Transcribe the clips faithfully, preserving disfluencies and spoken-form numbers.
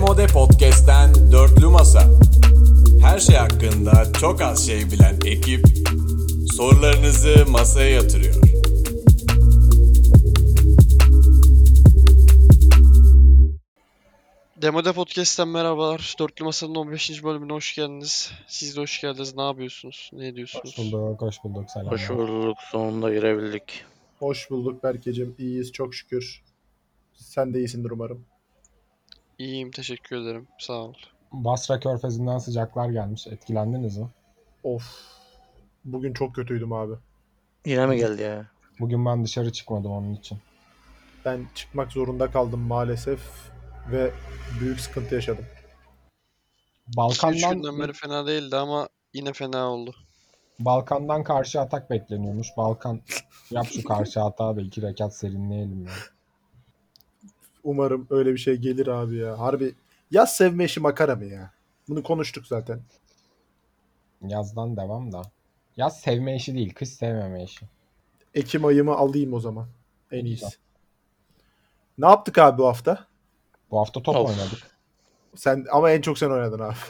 Demode Podcast'ten Dörtlü Masa. Her şey hakkında çok az şey bilen ekip sorularınızı masaya yatırıyor. Demode Podcast'ten merhabalar. Dörtlü Masa'nın on beşinci bölümüne hoş geldiniz. Siz de hoş geldiniz. Ne yapıyorsunuz? Ne ediyorsunuz? Hoş bulduk, hoş bulduk. Selamlar. Hoş bulduk. Sonunda girebildik. Hoş bulduk Berkeciğim. İyiyiz çok şükür. Sen de iyisindir umarım. İyiyim, teşekkür ederim. Sağ ol. Basra Körfezi'nden sıcaklar gelmiş. Etkilendiniz mi? Of. Bugün çok kötüydüm abi. Yine mi geldi ya? Bugün ben dışarı çıkmadım onun için. Ben çıkmak zorunda kaldım maalesef ve büyük sıkıntı yaşadım. iki üç Balkandan günden beri fena değildi ama yine fena oldu. Balkandan karşı atak bekleniyormuş. Balkan yap şu karşı atağı da iki rekat serinleyelim ya. Umarım öyle bir şey gelir abi ya. Harbi yaz sevme işi makara mı ya? Bunu konuştuk zaten. Yazdan devam da. Yaz sevme işi değil, kış sevmeme işi. Ekim ayımı alayım o zaman. En Güzel. iyisi. Ne yaptık abi bu hafta? Bu hafta top Of. oynadık. Sen ama en çok sen oynadın abi.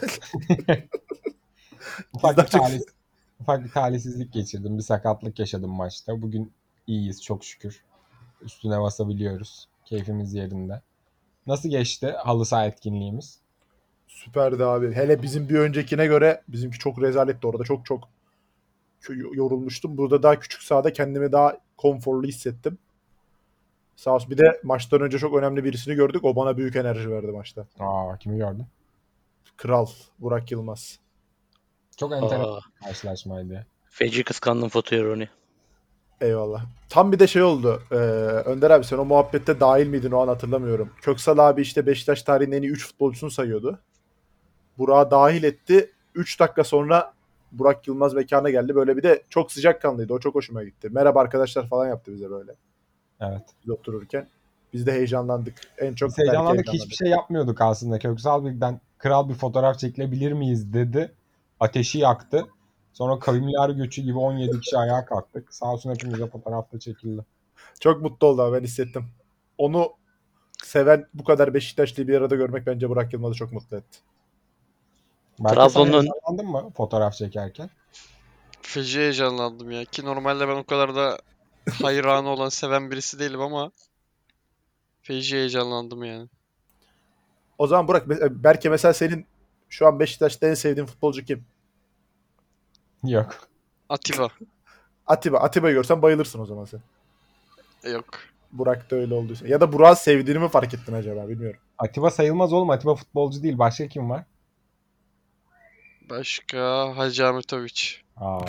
Ufak daha bir, çok- talih, ufak bir talihsizlik geçirdim. Bir sakatlık yaşadım maçta. Bugün iyiyiz çok şükür. Üstüne basabiliyoruz. Keyfimiz yerinde. Nasıl geçti halı saha etkinliğimiz? Süperdi abi. Hele bizim bir öncekine göre bizimki çok rezaletti orada. Çok çok kö- yorulmuştum. Burada daha küçük sahada kendimi daha konforlu hissettim. Sağ olsun. Bir de maçtan önce çok önemli birisini gördük. O bana büyük enerji verdi maçta. Aa, kimi gördün? Kral Burak Yılmaz. Çok enteresan Aa, bir karşılaşmaydı. feci kıskandım Fotoğraf'ını. Eyvallah. Tam bir de şey oldu. Ee, Önder abi sen o muhabbette dahil miydin o an hatırlamıyorum. Köksal abi işte Beşiktaş tarihinin en iyi üç futbolcusunu sayıyordu. Burak'ı dahil etti. üç dakika sonra Burak Yılmaz mekana geldi. Böyle bir de çok sıcakkanlıydı. O çok hoşuma gitti. Merhaba arkadaşlar falan yaptı bize böyle. Evet. Biz otururken. Biz de heyecanlandık. En çok Biz heyecanlandık. belki Hiçbir şey yapmıyorduk aslında. Köksal birden kral bir fotoğraf çekilebilir miyiz dedi. Ateşi yaktı. Sonra kavimler göçü gibi on yedi kişi ayağa kalktık. Sağ olsun hepimize fotoğrafta çekildi. Çok mutlu oldu abi, ben hissettim. Onu seven bu kadar Beşiktaşlı'yı bir arada görmek bence Burak Yılmaz'ı çok mutlu etti. Belki Trabzon'un- sen heyecanlandın mı fotoğraf çekerken? Feci heyecanlandım ya. Ki normalde ben o kadar da hayranı olan, seven birisi değilim ama feci heyecanlandım yani. O zaman Burak, me- Berke mesela senin şu an Beşiktaş'ta en sevdiğin futbolcu kim? Yok. Atiba. Atiba. Atiba'yı görsen bayılırsın o zaman sen. Yok. Burak da öyle olduysa. Ya da Burak'ı sevdiğini mi fark ettin acaba, bilmiyorum. Atiba sayılmaz oğlum. Atiba futbolcu değil. Başka kim var? Başka Hacı Ahmetoviç. Aa.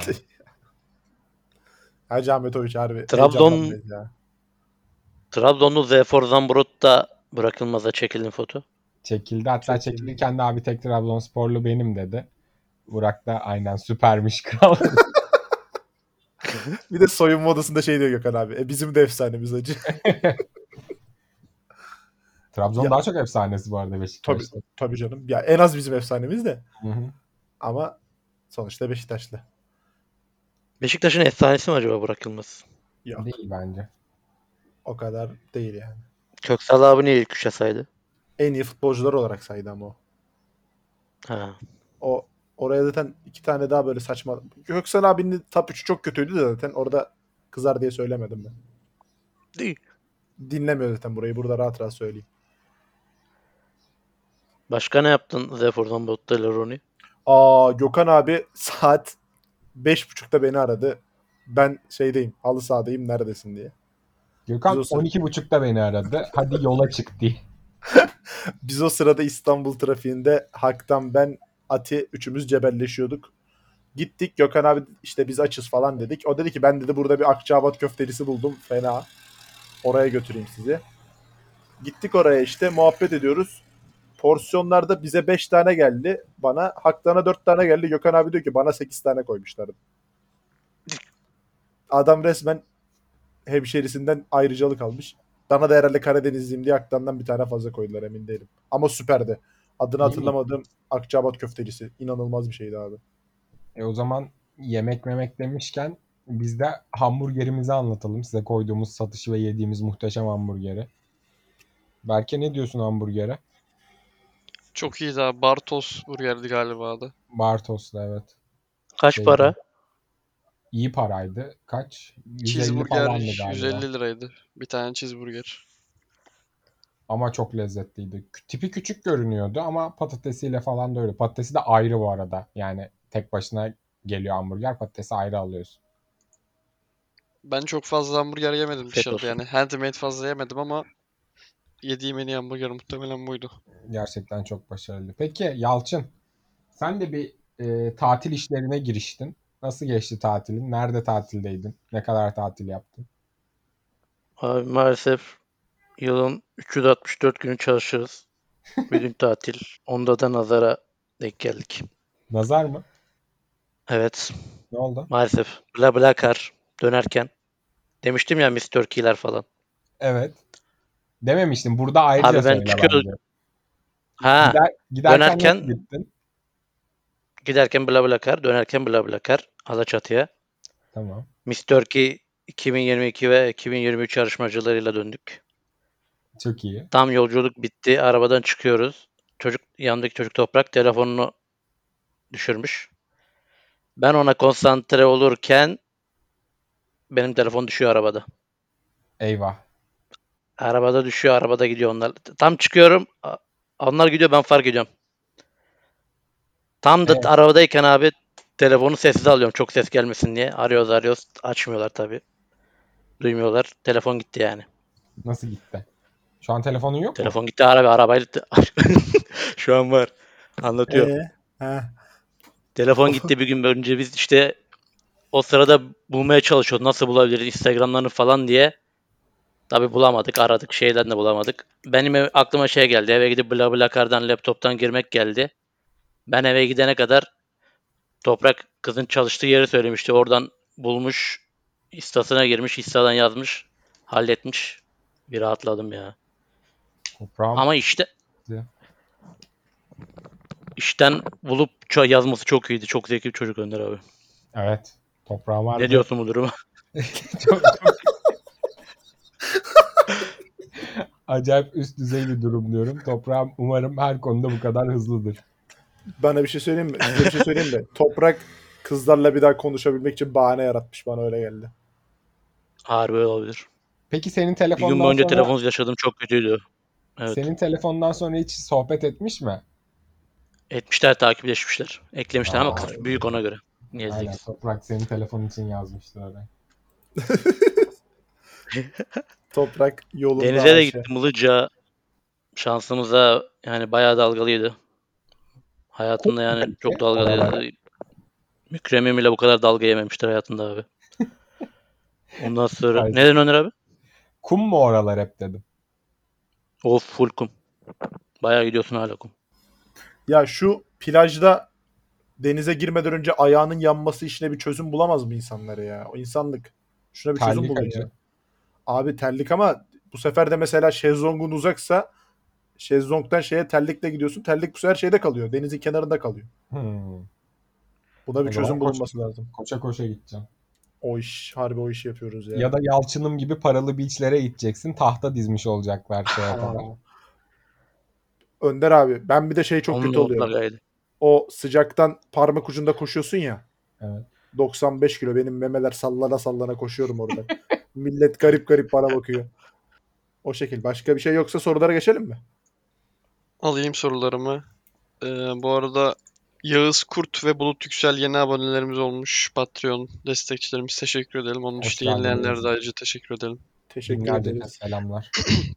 Hacı Ahmetoviç harbi. Trabzon- heyecanlanmayız ya. Trabzonlu Zefor Zambrot da bırakılmaza çekildim foto. Çekildi. Hatta Çekildi. çekilirken de abi tek Trabzonsporlu benim dedi. Burak da aynen süpermiş kral. Bir de soyunma odasında şey diyor Gökhan abi. E, bizim de efsanemiz acı. Trabzon Ya- daha çok efsanesi bu arada Beşiktaş'ta. Tabii canım. Ya en az bizim efsanemiz de. Hı hı. Ama sonuçta Beşiktaşlı. Beşiktaş'ın efsanesi mi acaba Burak Yılmaz? Yok. Değil bence. O kadar değil yani. Köksal abi niye ilk üçe saydı? En iyi futbolcular olarak saydı ama o. Ha. O oraya zaten iki tane daha böyle saçma. Göksel abinin top üçü çok kötüydü de zaten. Orada kızar diye söylemedim ben. Değil. Dinlemiyor zaten burayı. Burada rahat rahat söyleyeyim. Başka ne yaptın Zefor Zambrot'ta ile Roni? Aa, Gökhan abi saat beş buçukta beni aradı. Ben şeydeyim, halı sahadayım, neredesin diye. Gökhan Biz o sırada- on iki buçukta beni aradı. Hadi yola çık diye. Biz o sırada İstanbul trafiğinde Hak'tan ben, Ati üçümüz cebelleşiyorduk. Gittik, Gökhan abi işte biz açız falan dedik. O dedi ki ben dedi burada bir Akçaabat köftelisi buldum fena. Oraya götüreyim sizi. Gittik oraya işte muhabbet ediyoruz. Porsiyonlarda bize beş tane geldi. Bana Hak'tana dört tane geldi. Gökhan abi diyor ki bana sekiz tane koymuşlar. Adam resmen hemşerisinden ayrıcalık almış. Bana da herhalde Karadenizliyim diye Aktan'dan bir tane fazla koydular, emin değilim. Ama süperdi. Adını İyi mi? hatırlamadığım Akçaabat köftelisi. İnanılmaz bir şeydi abi. E o zaman yemek memek demişken biz de hamburgerimizi anlatalım. Size koyduğumuz satışı ve yediğimiz muhteşem hamburgeri. Berke ne diyorsun hamburgere? Çok iyiydi abi. Bartos burgerdi galiba adı. Bartos'la evet. Kaç Şeydi. para? İyi paraydı. Kaç? yüz elli Cheeseburger falandı galiba. yüz elli liraydı. Bir tane cheeseburger. Ama çok lezzetliydi. Kü- Tipi küçük görünüyordu ama patatesiyle falan da öyle. Patatesi de ayrı bu arada. Yani tek başına geliyor hamburger. Patatesi ayrı alıyorsun. Ben çok fazla hamburger yemedim Afiyet dışarıda. olsun. Yani handmade fazla yemedim ama yediğim en iyi hamburger muhtemelen buydu. Gerçekten çok başarılı. Peki Yalçın, sen de bir e, tatil işlerine giriştin. Nasıl geçti tatilin? Nerede tatildeydin? Ne kadar tatil yaptın? Abi maalesef yılın üç yüz altmış dört günü çalışırız. Bir gün tatil. Onda da nazara denk geldik. Nazar mı? Evet. Ne oldu? Maalesef. BlaBlaCar dönerken. Demiştim ya Miss Turkey'ler falan. Evet. Dememiştim. Burada ayrıca Abi ben söyle çıkıyordum. bence. Ha. Gider, giderken nasıl Dönerken gittin? giderken BlaBlaCar. Dönerken BlaBlaCar. Alaçatı'ya. Tamam. Miss Turkey iki bin yirmi iki ve iki bin yirmi üç yarışmacılarıyla döndük. Çok iyi. Tam yolculuk bitti. Arabadan çıkıyoruz. Çocuk yanındaki çocuk Toprak telefonunu düşürmüş. Ben ona konsantre olurken benim telefon düşüyor arabada. Eyvah. Arabada düşüyor, arabada gidiyor onlar. Tam çıkıyorum. a- Onlar gidiyor, ben fark ediyorum. Tam da Evet. arabadayken abi telefonu sessiz alıyorum çok ses gelmesin diye. Arıyoruz arıyoruz. Açmıyorlar tabii. Duymuyorlar. Telefon gitti yani. Nasıl gitti? Şu an telefonun yok mu? Telefon gitti araba arabayla. Şu an var. Anlatıyorum. Ee, heh. Telefon gitti bir gün önce biz işte o sırada bulmaya çalışıyorduk. Nasıl bulabiliriz Instagram'larını falan diye. Tabii bulamadık. Aradık. Şeyden de bulamadık. Benim ev- aklıma şey geldi. Eve gidip BlaBlaCar'dan laptoptan girmek geldi. Ben eve gidene kadar Toprak kızın çalıştığı yeri söylemişti. Oradan bulmuş. İstasına girmiş. İstadan yazmış. Halletmiş. Bir rahatladım ya. Toprağım. Ama işte işten bulup ço- yazması çok iyiydi. Çok zevkli bir çocuk Önder abi. Evet. Toprağım vardı. Ne diyorsun bu duruma? çok, çok acayip üst düzey bir durum diyorum. Toprağım umarım her konuda bu kadar hızlıdır. Bana bir şey söyleyeyim mi? Size bir şey söyleyeyim mi? Toprak kızlarla bir daha konuşabilmek için bahane yaratmış. Bana öyle geldi. Harbi olabilir. Peki senin Bir gün telefondan boyunca sonra telefonsuz yaşadım. Çok kötüydü. Evet. senin telefondan sonra hiç sohbet etmiş mi? Etmişler, takipleşmişler. Eklemişler ama Aa, kız büyük ona göre. Niye aynen. diyeceksin? Toprak senin telefonun için yazmıştı oraya. Toprak yolunda Denize de Ayşe. gittim Ilıca. Şansımıza yani bayağı dalgalıydı. Hayatımda yani çok Oralara. dalgalıydı. Mükremim bile bu kadar dalga yememiştir hayatında abi. Ondan sonra Ay, neden Öner abi? kum mu oralar hep dedim. Of full kum. Bayağı gidiyorsun hala kum. Ya şu plajda denize girmeden önce ayağının yanması işine bir çözüm bulamaz mı insanları ya? O insanlık. Şuna bir çözüm Terlik bulun acı. ya. Abi terlik ama bu sefer de mesela şezlongun uzaksa şezlongdan şeye terlikle gidiyorsun. Terlik bu sefer şeyde kalıyor. Denizin kenarında kalıyor. Hmm. Buna bir O zaman çözüm koş- bulunması lazım. Koşa koşa gideceğim. O iş, harbi o işi yapıyoruz ya. Ya da Yalçın'ım gibi paralı beachlere gideceksin. Tahta dizmiş olacaklar şeye kadar. Aa. Önder abi ben bir de şey çok On kötü numara oluyor. gaydi. O sıcaktan parmak ucunda koşuyorsun ya. Evet. doksan beş kilo benim memeler sallana sallana koşuyorum orada. Millet garip garip bana bakıyor. O şekil. Başka bir şey yoksa sorulara geçelim mi? Alayım sorularımı. Ee, bu arada Yağız Kurt ve Bulut Yüksel yeni abonelerimiz olmuş. Patreon destekçilerimiz teşekkür edelim. Onun Hoş dışında yenileyenlere geldiniz. de ayrıca teşekkür edelim. Teşekkür Binlerce ederiz. selamlar.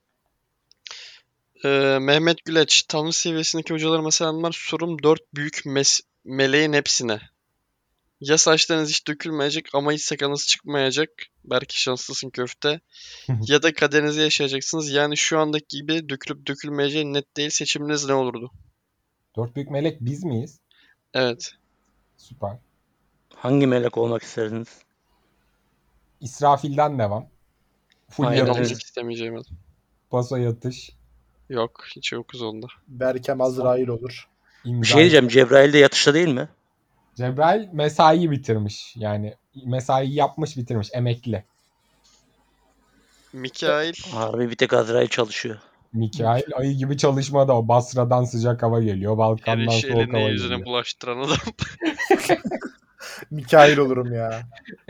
Ee, Mehmet Güleç, Tanrı seviyesindeki hocalarıma selamlar. Sorum dört büyük mes- meleğin hepsine. Ya saçlarınız hiç dökülmeyecek ama hiç sakalınız çıkmayacak. Belki şanslısın köfte. Ya da kaderinizi yaşayacaksınız. Yani şu andaki gibi dökülüp dökülmeyeceği net değil. Seçiminiz ne olurdu? Dört büyük melek biz miyiz? Evet. Süper. Hangi melek olmak isterdiniz? İsrafil'den devam. Full Aynen yatış, öyle. Olmak istemeyeceğim adam. paso yatış, Yok. Hiç yokuz onda. Berkem Azrail olur. Bir imza. şey diyeceğim. Cebrail de yatışta değil mi? Cebrail mesai bitirmiş. Yani mesai yapmış bitirmiş. Emekli. Mikail. Harbi bir tek Azrail çalışıyor. Mikail ayı gibi çalışmada o Basra'dan sıcak hava geliyor. Her Balkan'dan işi soğuk eline hava yüzüne geliyor. bulaştıran adam. Mikail olurum ya.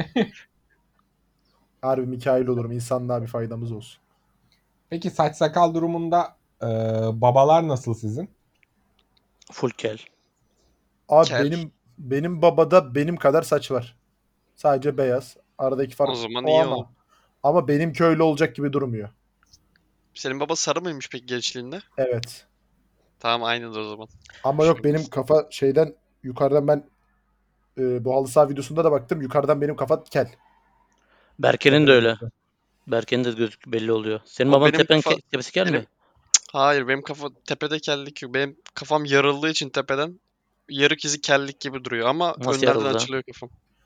Harbi Mikail olurum. İnsanlığa bir faydamız olsun. Peki saç sakal durumunda e, babalar nasıl sizin? Full kel. Abi Kel. benim benim babada benim kadar saç var. Sadece beyaz. Aradaki fark O zaman o iyi ama. oğlum. Ama benim köylü olacak gibi durmuyor. Senin baba sarı mıymış peki gençliğinde? Evet. Tamam aynıdır o zaman. Ama yok benim kafa şeyden yukarıdan ben e, bu halı saha videosunda da baktım. Yukarıdan benim kafa kel. Berke'nin de Tepeden öyle. baktım. Berke'nin de gözük belli oluyor. Senin Ama babanın benim tepen kafa- tepesi kel mi? benim- Hayır benim kafa tepede kellik yok. Benim kafam yarıldığı için tepeden yarık izi kellik gibi duruyor ama Nasıl önlerden yarıldı? açılıyor kafam.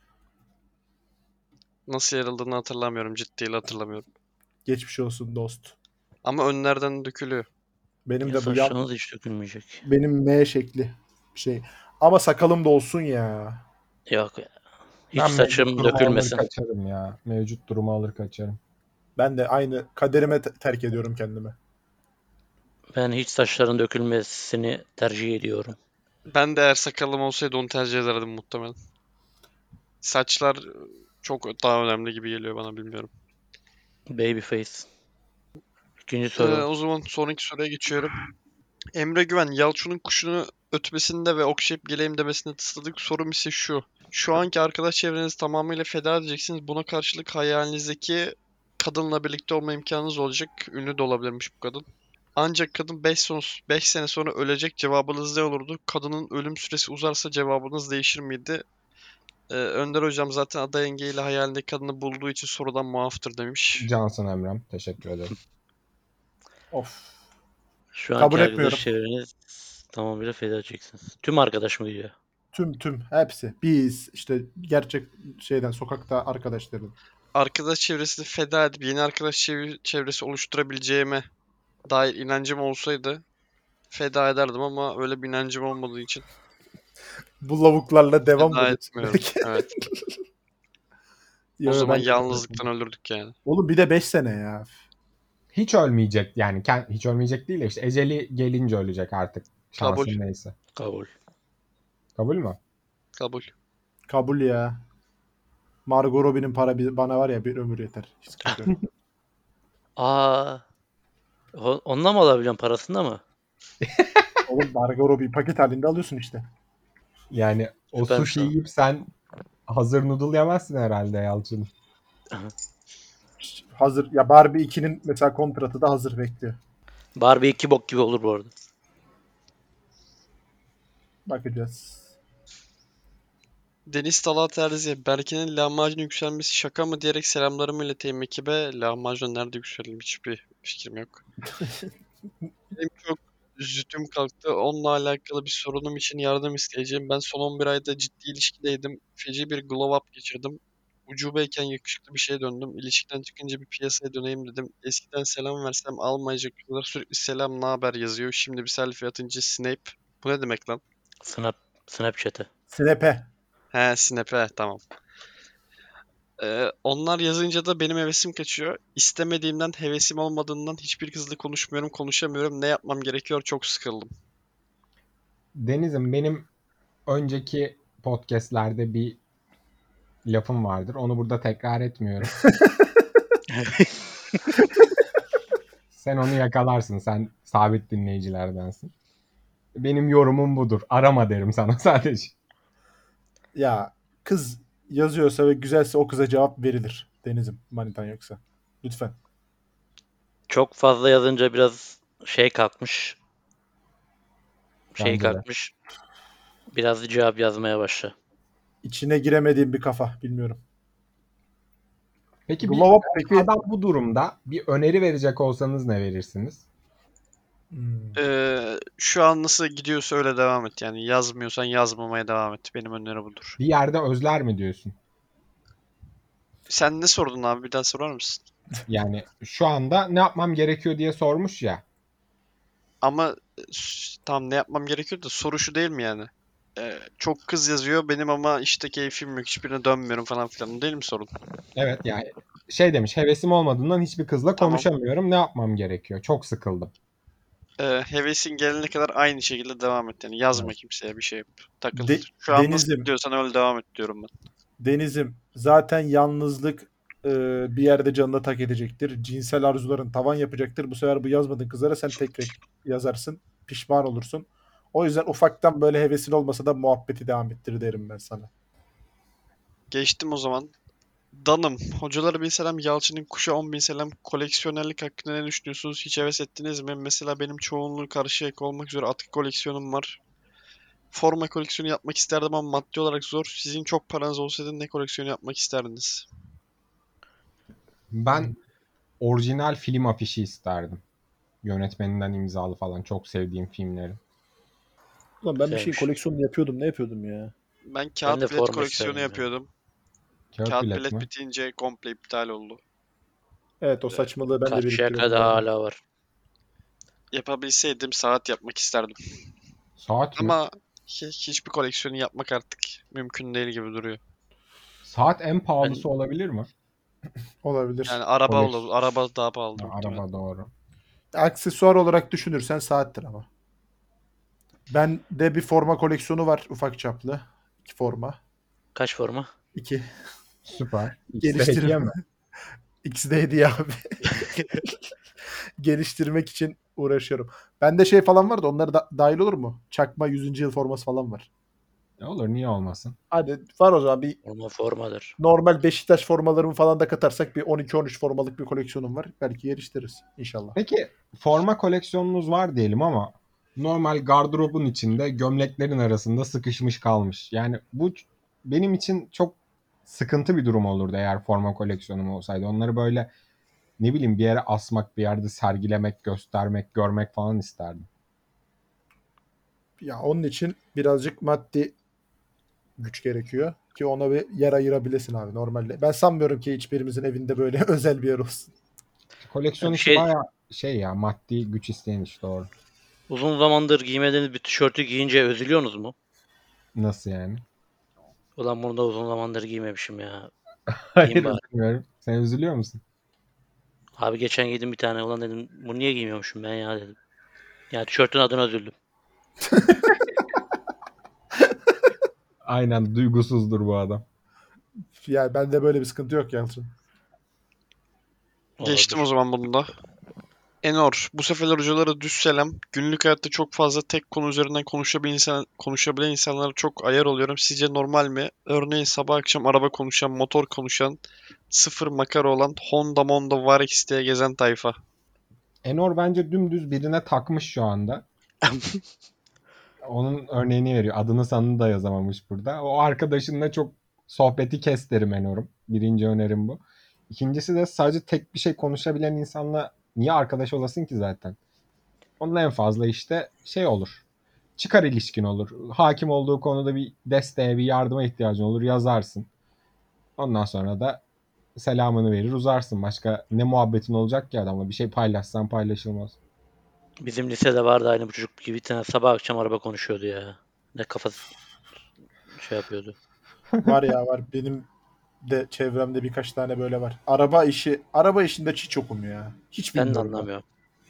Nasıl yarıldığını hatırlamıyorum. Ciddiyle hatırlamıyorum. Geçmiş olsun dost. Ama önlerden dökülüyor. Benim Ya de bu yan, saçlarınız hiç dökülmeyecek. benim M şekli bir şey. Ama sakalım da olsun ya. Yok ya. Hiç Ben mevcut saçım durumu alır dökülmesin. kaçarım ya. Mevcut durumu alır kaçarım. Ben de aynı kaderime te- terk ediyorum kendimi. Ben hiç saçların dökülmesini tercih ediyorum. Ben de eğer sakalım olsaydı onu tercih ederdim muhtemelen. Saçlar çok daha önemli gibi geliyor bana bilmiyorum. Babyface. İkinci Ee, soru. o zaman sonraki soruya geçiyorum. Emre Güven, Yalçın'ın kuşunu ötmesinde ve okşayıp geleyim demesinde tısladık. Sorum ise şu. Şu anki arkadaş çevrenizi tamamıyla feda edeceksiniz. Buna karşılık hayalinizdeki kadınla birlikte olma imkanınız olacak. Ünlü de olabilirmiş bu kadın. Ancak kadın beş sene sonra ölecek. Cevabınız ne olurdu? Kadının ölüm süresi uzarsa cevabınız değişir miydi? Ee, Önder hocam zaten ada yengeyle hayalindeki kadını bulduğu için sorudan muaftır demiş. Cansın Emrem. Teşekkür ederim. Of. Şu Kabul anki etmiyorum. arkadaş çevreniz tamamıyla feda edeceksiniz. Tüm arkadaş mı gidiyor? Tüm tüm hepsi. Biz işte gerçek şeyden sokakta arkadaşlarım. Arkadaş çevresini feda edip yeni arkadaş çev- çevresi oluşturabileceğime dair inancım olsaydı feda ederdim ama öyle bir inancım olmadığı için Bu lavuklarla devam mı feda ediyorsun? etmiyorum. Peki. Evet. Yo, O yo, zaman ben de- yalnızlıktan ölürdük yani. Oğlum bir de beş sene ya. Hiç ölmeyecek yani. Ken- Hiç ölmeyecek değil de işte eceli gelince ölecek artık. Şansın Kabul. neyse. Kabul. Kabul mü? Kabul. Kabul ya. Margot Robbie'nin para bir- bana var ya bir ömür yeter. Hiç sıkıntı yok. Aa. o- Onunla mı alabiliyorsun, parasında mı? Oğlum Margot Robbie paket halinde alıyorsun işte. Yani o Süpermiş sushi lan. yiyip sen hazır noodle yemezsin herhalde Yalçın. Hazır ya Barbie ikinin mesela kontratı da hazır bekliyor. Barbie iki bok gibi olur bu arada. Bakacağız. Deniz Talat Terzi, Berke'nin lahmacun yükselmesi şaka mı diyerek selamlarımı ileteyim ekibe. Lahmacun nerede yükseldim hiçbir fikrim yok. Benim çok zütüm kalktı. Onunla alakalı bir sorunum için yardım isteyeceğim. Ben son on bir ayda ciddi ilişkideydim. Feci bir glow up geçirdim. Ucubeyken yakışıklı bir şeye döndüm. İlişkiden çıkınca bir piyasaya döneyim dedim. Eskiden selam versem almayacaklar. Sürekli selam ne haber yazıyor. Şimdi bir selfie atınca Snape. Bu ne demek lan? Snap, Snapchat'e. Snap'e. He Snape tamam. Ee, onlar yazınca da benim hevesim kaçıyor. İstemediğimden, hevesim olmadığından hiçbir kızla konuşmuyorum, konuşamıyorum. Ne yapmam gerekiyor? Çok sıkıldım. Deniz'im benim önceki podcastlerde bir lafım vardır. Onu burada tekrar etmiyorum. Sen onu yakalarsın. Sen sabit dinleyicilerdensin. Benim yorumum budur. Arama derim sana sadece. Ya kız yazıyorsa ve güzelse o kıza cevap verilir. Deniz'im manitan yoksa. Lütfen. Çok fazla yazınca biraz şey kalkmış. Şey Bence de. kalkmış. Biraz cevap yazmaya başla. İçine giremediğim bir kafa. Bilmiyorum. Peki bir Glow up peki. adam bu durumda bir öneri verecek olsanız ne verirsiniz? Hmm. Ee, şu an nasıl gidiyorsa öyle devam et. Yani yazmıyorsan yazmamaya devam et. Benim öneri budur. Bir yerde özler mi diyorsun? Sen ne sordun abi? Bir daha sorar mısın? Yani şu anda ne yapmam gerekiyor diye sormuş ya. Ama s- tam ne yapmam gerekiyor da soru şu değil mi yani? Ee, çok kız yazıyor benim ama işte keyfim yok. Hiçbirine dönmüyorum falan filan. Değil mi sorun? Evet yani şey demiş hevesim olmadığından hiçbir kızla Tamam. konuşamıyorum. Ne yapmam gerekiyor? Çok sıkıldım. Ee, hevesin gelene kadar aynı şekilde devam et. Yani yazma Evet. kimseye bir şey yap. Takıl. De- Şu an nasıl Deniz'im, gidiyorsan öyle devam et diyorum ben. Deniz'im zaten yalnızlık e, bir yerde canına tak edecektir. Cinsel arzuların tavan yapacaktır. Bu sefer bu yazmadığın kızlara sen tek renk yazarsın. Pişman olursun. O yüzden ufaktan böyle hevesin olmasa da muhabbeti devam ettir derim ben sana. Geçtim o zaman. Danım. Hocalara bin selam. Yalçın'ın kuşa on bin selam. Koleksiyonerlik hakkında ne düşünüyorsunuz? Hiç heves ettiniz mi? Mesela benim çoğunluğu Karşıyaka olmak üzere atkı koleksiyonum var. Forma koleksiyonu yapmak isterdim ama maddi olarak zor. Sizin çok paranız olsaydı ne koleksiyonu yapmak isterdiniz? Ben orijinal film afişi isterdim. Yönetmeninden imzalı falan. Çok sevdiğim filmleri. Ulan ben bir şeyin Güzelmiş. koleksiyonunu yapıyordum. Ne yapıyordum ya? Ben Ben de kağıt bilet forma koleksiyonu isterdim ya. yapıyordum. Kağıt Kağıt bilet bilet mi? bitince komple iptal oldu. Evet, o saçmalığı ben de biriktiriyorum. Karşıyaka'da bu arada. hala var. Yapabilseydim saat yapmak isterdim. Saat mi? Ama hi- hiçbir koleksiyonu yapmak artık mümkün değil gibi duruyor. Saat en Ben pahalısı olabilir mi? Olabilir. Yani araba Koleks- olur. Araba daha pahalıdır Ha, muhtemelen. araba doğru. Aksesuar olarak düşünürsen saattir ama. Ben de bir forma koleksiyonu var ufak çaplı. İki forma. kaç forma? İki. Süper. İkisi de Geliştirme. hediye mi? İkisi de hediye abi. Geliştirmek için uğraşıyorum. Bende şey falan var da onları da dahil olur mu? Çakma yüzüncü yıl forması falan var. E olur, niye olmasın? Hadi var o zaman bir Forma formadır. normal Beşiktaş formalarımı falan da katarsak bir on iki on üç formalık bir koleksiyonum var. Belki geliştiririz inşallah. Peki forma koleksiyonunuz var diyelim ama normal gardırobun içinde gömleklerin arasında sıkışmış kalmış. Yani bu ç- benim için çok sıkıntı bir durum olurdu eğer forma koleksiyonum olsaydı. Onları böyle ne bileyim bir yere asmak, bir yerde sergilemek, göstermek, görmek falan isterdim. Ya onun için birazcık maddi güç gerekiyor ki ona bir yer ayırabilesin abi normalde. Ben sanmıyorum ki hiçbirimizin evinde böyle özel bir yer olsun. Koleksiyon Yani işi şey, baya şey ya, maddi güç isteyen iş, doğru. uzun zamandır giymediğiniz bir tişörtü giyince üzülüyorsunuz mu? Nasıl yani? Ulan bunu da uzun zamandır giymemişim ya. Hayır, Giyeyim bari. üzülmüyorum. Sen üzülüyor musun? Abi geçen giydim bir tane. Ulan dedim bunu niye giymiyormuşum ben ya dedim. Ya tişörtün adına üzüldüm. Aynen, duygusuzdur bu adam. Yani bende böyle bir sıkıntı yok Yalçın. Geçtim o Olabilir. zaman bunu da. Enor, bu seferler hocalara düz selam. Günlük hayatta çok fazla tek konu üzerinden konuşabilen, insan, konuşabilen insanlara çok ayar oluyorum. Sizce normal mi? Örneğin sabah akşam araba konuşan, motor konuşan, sıfır makara olan Honda Monda var X diye gezen tayfa. Enor bence dümdüz birine takmış şu anda. Onun örneğini veriyor. Adını sanını da yazamamış burada. O arkadaşınla çok sohbeti kes derim Enor'um. Birinci önerim bu. İkincisi de sadece tek bir şey konuşabilen insanla niye arkadaş olasın ki zaten? Onun en fazla işte şey olur. Çıkar ilişkin olur. Hakim olduğu konuda bir desteğe, bir yardıma ihtiyacın olur. Yazarsın. Ondan sonra da selamını verir, uzarsın. Başka ne muhabbetin olacak ki adamla? Bir şey paylaşsan paylaşılmaz. Bizim lisede vardı aynı bu çocuk gibi bir tane sabah akşam araba konuşuyordu ya. Ne kafası şey yapıyordu. Var ya var. Benim de çevremde birkaç tane böyle var. Araba işi, araba işinde hiç yokum ya. Hiç Ben de bilmiyorum ben. anlamıyorum.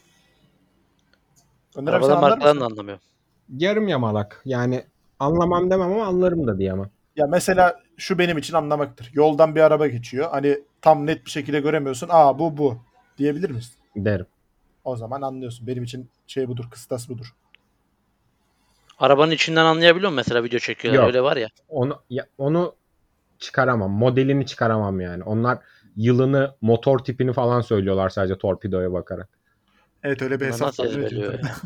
Önder abi sen Arabaların anlar markalarını mısın? da anlamıyorum. Yarım yamalak. Yani anlamam demem ama anlarım da diyemem. Ya mesela şu benim için anlamaktır. Yoldan bir araba geçiyor. Hani tam net bir şekilde göremiyorsun. Aa bu bu diyebilir misin? Derim. O zaman anlıyorsun. Benim için şey budur, kıstas budur. Arabanın içinden anlayabiliyor musun mesela video çekiyorlar Yok. öyle var ya. Onu ya, onu çıkaramam. Modelini çıkaramam yani. Onlar yılını, motor tipini falan söylüyorlar sadece torpidoya bakarak. Evet öyle bir Bunlar nasıl hesaplanıyor ki. ezberliyor ya?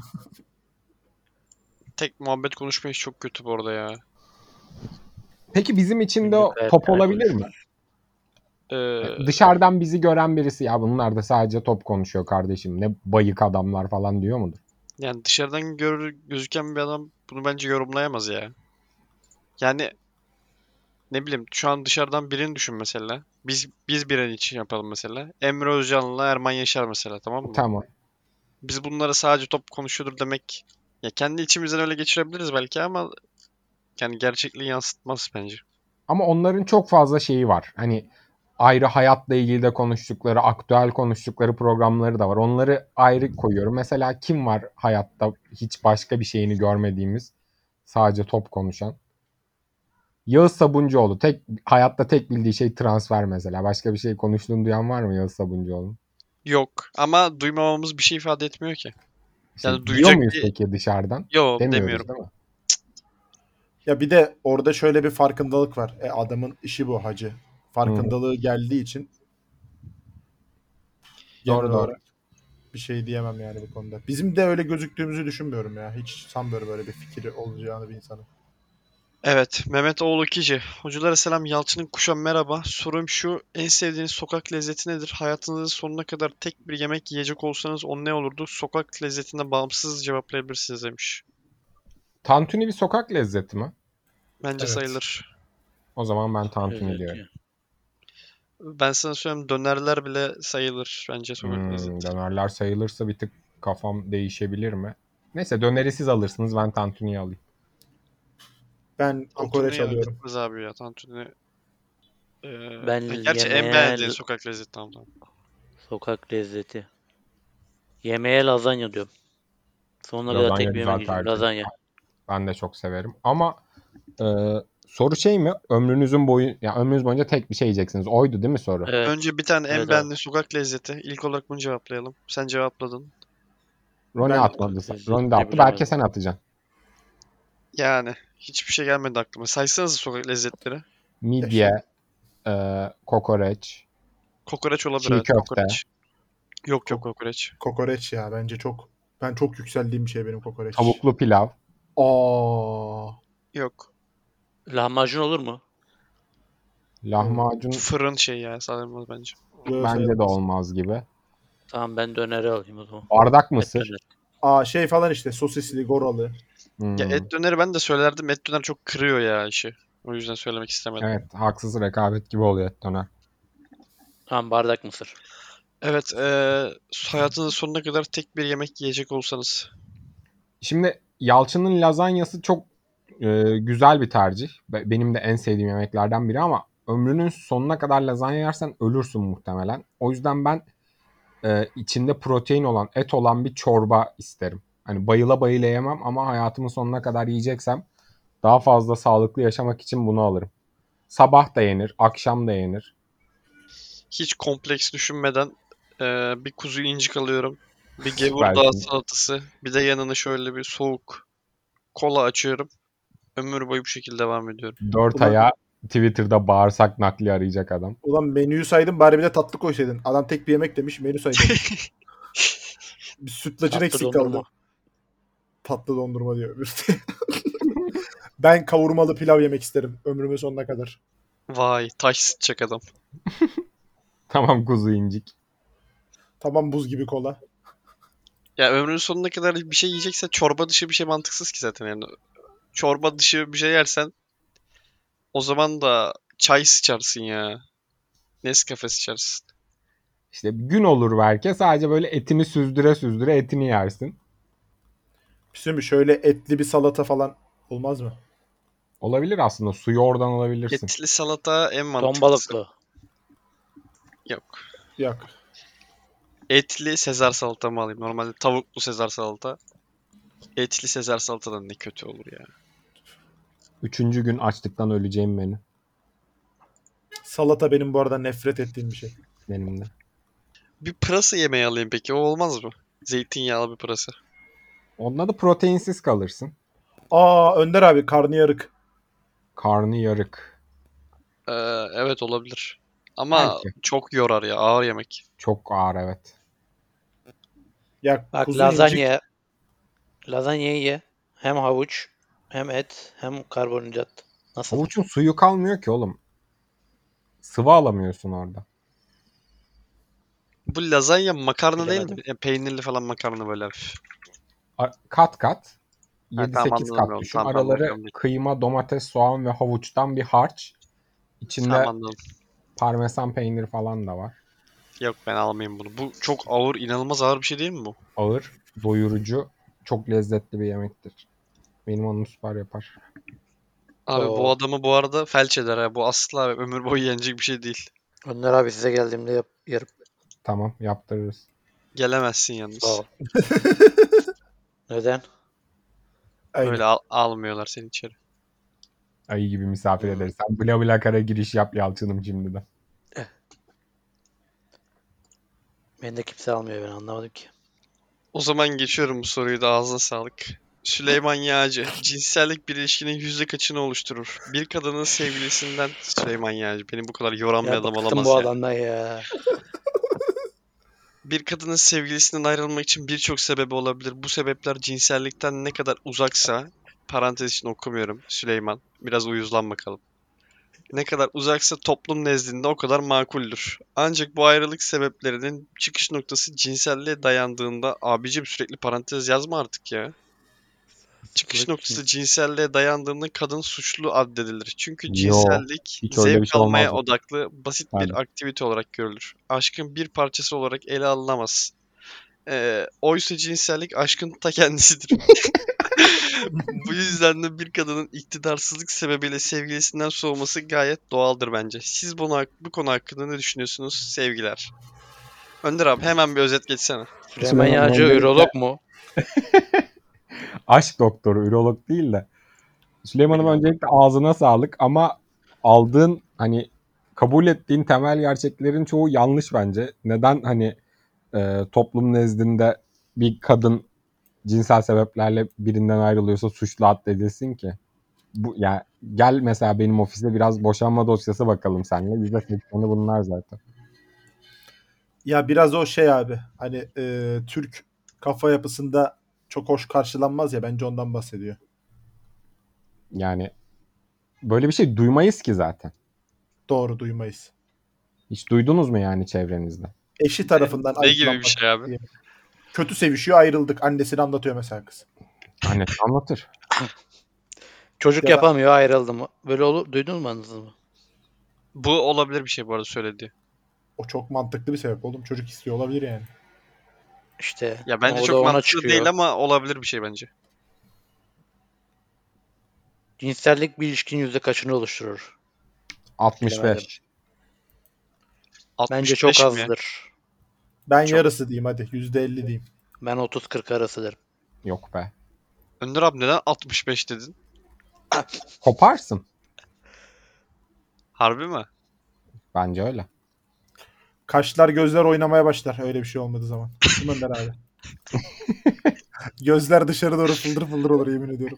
Tek muhabbet konuşma işi çok kötü bu arada ya. Peki bizim için de o Günlük top hayatta olabilir mi? konuşma. Ee, Dışarıdan bizi gören birisi ya bunlar da sadece top konuşuyor kardeşim. Ne bayık adamlar falan diyor mudur? yani dışarıdan gör, gözüken bir adam bunu bence yorumlayamaz ya. Yani ne bileyim şu an dışarıdan birini düşün mesela. Biz biz birini için yapalım mesela. Emre Özcan'la Erman Yaşar mesela, tamam mı? Tamam. Biz bunlara sadece top konuşuyordur demek. Ya kendi içimizden öyle geçirebiliriz belki ama yani gerçekliği yansıtmaz bence. Ama onların çok fazla şeyi var. Hani ayrı hayatla ilgili de konuştukları, aktüel konuştukları programları da var. Onları ayrı koyuyorum. Mesela kim var hayatta hiç başka bir şeyini görmediğimiz, sadece top konuşan? Yağız Sabuncuoğlu. Tek hayatta tek bildiği şey transfer mesela. Başka bir şey konuştuğunu duyan var mı Yağız Sabuncuoğlu'nun? Yok. Ama duymamamız bir şey ifade etmiyor ki. Şey, Yani diyor duyacak muyuz bir... peki dışarıdan? Yok Demiyoruz demiyorum. değil mi? Ya bir de orada şöyle bir farkındalık var. E adamın işi bu hacı. Farkındalığı geldiği için genel Doğru, doğru. olarak bir şey diyemem yani bu konuda. Bizim de öyle gözüktüğümüzü düşünmüyorum ya. Hiç sanmıyorum böyle bir fikri olacağını bir insanın. Evet, Mehmet Oğlu Kici. Hocalara selam, Yalçın'ın kuşa merhaba. Sorum şu, en sevdiğiniz sokak lezzeti nedir? Hayatınızın sonuna kadar tek bir yemek yiyecek olsanız o ne olurdu? Sokak lezzetine bağımsız cevaplayabilirsiniz demiş. Tantuni bir sokak lezzeti mi? Bence Evet. sayılır. O zaman ben tantuni Evet, diyorum. ya. Ben sana söyleyeyim, dönerler bile sayılır bence sokak Hmm, lezzeti. dönerler sayılırsa bir tık kafam değişebilir mi? Neyse döneri siz alırsınız, ben tantuniyi alayım. Ben kokoreç Tantuni alıyorum. gitmez abi ya, tantuni. Ee, Ben ya gerçi en yemeğe beğendiğin l- sokak lezzeti, tamam tamam. sokak lezzeti. Yemeğe lazanya diyorum. Sonuna kadar Lazanya tek bir yemek güzel yiyeceğim. tercih. Lazanya. Ben de çok severim. Ama e, soru şey mi? Ömrünüzün boyu, ya ömrünüz boyunca tek bir şey yiyeceksiniz. Oydu değil mi soru? Evet. Önce bir tane en Evet abi. beğendiğin sokak lezzeti. İlk olarak bunu cevaplayalım. Sen cevapladın. Ronnie Ben- atmadı. Sokak Ronnie de lezzetini attı. Belki bilemedim. sen atacaksın. Yani hiçbir şey gelmedi aklıma. Saysanız sokak lezzetleri. Midye, e, kokoreç, Kokoreç olabilir, çiğ evet. köfte. Kokoreç. Yok yok Kok- kokoreç. Kokoreç ya bence çok. Ben çok yükseldiğim bir şey benim kokoreç. Tavuklu pilav. Aa. Yok. Lahmacun olur mu? Lahmacun Fırın şey ya, sayılmaz bence. Yo, bence de sayılmaz. olmaz gibi. Tamam, ben döneri alayım o zaman. Bardak Et mısır. döner. Aa şey falan işte sosisli, goralı. Hmm, Ya et döneri ben de söylerdim. Et döner çok kırıyor ya işi. O yüzden söylemek istemedim. Evet, Evet, haksız rekabet gibi oluyor et döner. Tamam, bardak mısır. eee hayatınızın sonuna kadar tek bir yemek yiyecek olsanız. Şimdi Yalçın'ın lazanyası çok e, güzel bir tercih. Be- Benim de en sevdiğim yemeklerden biri ama ömrünün sonuna kadar lazanya yersen ölürsün muhtemelen. O yüzden ben e, içinde protein olan, et olan bir çorba isterim. Hani bayıla bayıla yemem ama hayatımın sonuna kadar yiyeceksem daha fazla sağlıklı yaşamak için bunu alırım. Sabah da yenir, akşam da yenir. Hiç kompleks düşünmeden eee, bir kuzu incik alıyorum. Bir gevurdağ Süpersin. salatası. Bir de yanına şöyle bir soğuk kola açıyorum. Ömür boyu bu şekilde devam ediyorum. Dört Ulan- aya Twitter'da bağırsak nakli arayacak adam. Ulan menüyü saydım bari bir de tatlı koysaydın. Adam tek bir yemek demiş menü saydım. Bir sütlacın Tatlı eksik dondurma. kaldı. Tatlı dondurma diyor öbürü. Ben kavurmalı pilav yemek isterim ömrümün sonuna kadar. Vay, taş sıçacak adam. Tamam kuzu incik. Tamam buz gibi kola. Ya ömrünün sonuna kadar bir şey yiyeceksen çorba dışı bir şey mantıksız ki zaten yani. Çorba dışı bir şey yersen o zaman da çay sıçarsın ya. Nescafe sıçarsın. İşte bir gün olur belki sadece böyle etini süzdüre süzdüre etini yersin. Bir şey mi? Şöyle etli bir salata falan olmaz mı? Olabilir aslında, suyu oradan alabilirsin. Etli salata en Ton mantıklısı. balıklı. Yok. Yok. Etli Sezar salata mı alayım? Normalde tavuklu Sezar salata. Etli Sezar salatadan ne kötü olur ya. Üçüncü gün açlıktan öleceğim menü Salata benim bu arada nefret ettiğim bir şey. benim de. Bir pırasa yemeği alayım peki, o olmaz mı? Zeytinyağlı bir pırasa. Onunla da proteinsiz kalırsın. Aa Önder abi karnıyarık. Karnı yarık. Ee, evet olabilir. Ama Belki. çok yorar ya, ağır yemek. Çok ağır, evet. Ya Bak, kuzu incik. lazanya. Lazanyayı ye. Hem havuç, hem et, hem karbonhidrat. Nasıl? Havuçun suyu kalmıyor ki oğlum. Sıvı alamıyorsun orada. Bu lazanya makarna değil mi? Bilemedim. Ya peynirli falan makarna böyle hafif. A- Kat kat. Ha, yedi tamam, sekiz anladım kat onu. düşün. Tamam, tamam, Araları bakalım. kıyma, domates, soğan ve havuçtan bir harç. İçinde Tamam, anladım. parmesan peyniri falan da var. Yok, ben almayayım bunu. Bu çok ağır, inanılmaz ağır bir şey değil mi bu? Ağır, doyurucu, çok lezzetli bir yemektir. Benim hanım süper yapar. Abi bu Oo. adamı bu arada felç eder ha. Bu asla ömür boyu yenecek bir şey değil. Önder abi size geldiğimde yap, yarım. Tamam, yaptırırız. Gelemezsin yalnız. Sağ ol. Neden? Aynen. Öyle al- almıyorlar seni içeri. Ayı gibi misafir Hmm. ederiz. Sen bla bla kara giriş yap Yalçın'ım şimdiden. Beni de kimse almıyor, ben anlamadım ki. O zaman geçiyorum bu soruyu da, ağzına sağlık. Süleyman Yağcı. Cinsellik bir ilişkinin yüzde kaçını oluşturur? Bir kadının sevgilisinden Süleyman Yağcı. Beni bu kadar yoran bir Ya adam bıktım olamaz bu ya. adamdan ya. Bir kadının sevgilisinden ayrılmak için birçok sebebi olabilir. Bu sebepler cinsellikten ne kadar uzaksa, parantez için okumuyorum Süleyman. Biraz uyuzlan bakalım. Ne kadar uzaksa toplum nezdinde o kadar makuldür. Ancak bu ayrılık sebeplerinin çıkış noktası cinselliğe dayandığında, abicim sürekli parantez yazma artık ya. Çıkış noktası cinselliğe dayandığında kadın suçlu addedilir. Çünkü Yo, cinsellik hiç öyle bir zevk şey almaya olmaz. odaklı basit Tabii. bir aktivite olarak görülür. Aşkın bir parçası olarak ele alınamaz. Ee, oysa cinsellik aşkın ta kendisidir. Bu yüzden de bir kadının iktidarsızlık sebebiyle sevgilisinden soğuması gayet doğaldır bence. Siz bunu, bu konu hakkında ne düşünüyorsunuz sevgiler? Önder abi hemen bir özet geçsene. Süleyman Süleyman Yağcı öncelikle- ürolog mu? Aşk doktoru, ürolog değil de. Süleyman'ım Bilmiyorum. öncelikle ağzına sağlık ama aldığın hani kabul ettiğin temel gerçeklerin çoğu yanlış bence. Neden hani e, toplum nezdinde bir kadın cinsel sebeplerle birinden ayrılıyorsa suçlu addedilsin ki? Bu ya gel mesela benim ofiste biraz boşanma dosyası bakalım seninle. yüzde sekseni bunlar zaten. Ya biraz o şey abi. Hani e, Türk kafa yapısında çok hoş karşılanmaz ya. Bence ondan bahsediyor. Yani böyle bir şey duymayız ki zaten. Doğru, duymayız. Hiç duydunuz mu yani çevrenizde? Eşi tarafından Ne gibi bir ayıplanmak şey abi? diye. Kötü sevişiyor, ayrıldık. Annesini anlatıyor mesela kız. Annesi anlatır. Çocuk Ya da- yapamıyor, ayrıldı mı? Böyle olur, duydunuz mu, anladınız mı? Bu olabilir bir şey bu arada söylediği. O çok mantıklı bir sebep oğlum. Çocuk istiyor olabilir yani. İşte Ya bence o çok da ona mantıklı çıkıyor. değil ama olabilir bir şey bence. Cinsellik bir ilişkinin yüzde kaçını oluşturur? altmış beş. Bilemedim. Bence altmış çok beş mi? azdır. Ben Çok. yarısı diyeyim hadi. yüzde elli diyeyim. Ben otuz kırk arası derim. Yok be. Önder abi neden altmış beş dedin? Koparsın. Harbi mi? Bence öyle. Kaşlar gözler oynamaya başlar. Öyle bir şey olmadığı zaman. Değil mi Önder abi? Gözler dışarı doğru fıldır fıldır olur, yemin ediyorum.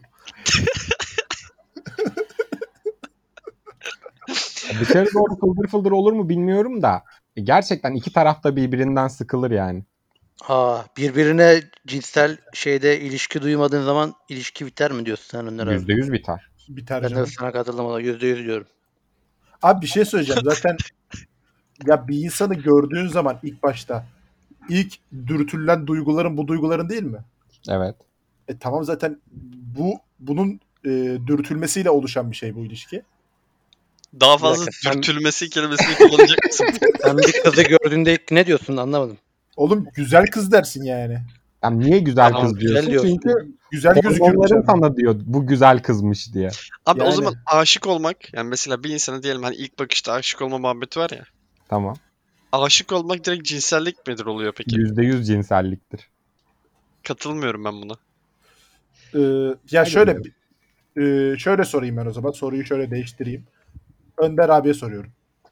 Dışarı doğru fıldır fıldır olur mu bilmiyorum da. Gerçekten iki taraf da birbirinden sıkılır yani. Aa, birbirine cinsel şeyde ilişki duymadığın zaman ilişki biter mi diyorsun sen Önder abi? Yüzde yüz biter. Biter Ben de canım. sana katıldım ona. Yüzde yüz diyorum. Abi bir şey söyleyeceğim. Zaten ya bir insanı gördüğün zaman ilk başta ilk dürtülen duyguların bu duyguların değil mi? Evet. E tamam, zaten bu bunun e, dürtülmesiyle oluşan bir şey bu ilişki. Daha Bir fazla dakika, sen- dürtülmesi kelimesini kullanacak mısın? Sen bir kızı gördüğünde ilk ne diyorsun, anlamadım. Oğlum güzel kız dersin yani. Yani niye güzel Tamam, kız güzel diyorsun? diyorsun. Çünkü Güzel gözüküyor. hormonların dışarıdan. sana diyor bu güzel kızmış diye. Abi o Yani. zaman aşık olmak, yani mesela bir insana diyelim hani ilk bakışta aşık olma muhabbeti var ya. Tamam. Aşık olmak direkt cinsellik midir oluyor peki? Yüzde yüz cinselliktir. Katılmıyorum ben buna. Ee, ya Hadi şöyle bakalım. e, şöyle sorayım ben o zaman. Soruyu şöyle değiştireyim. Önder abiye soruyorum.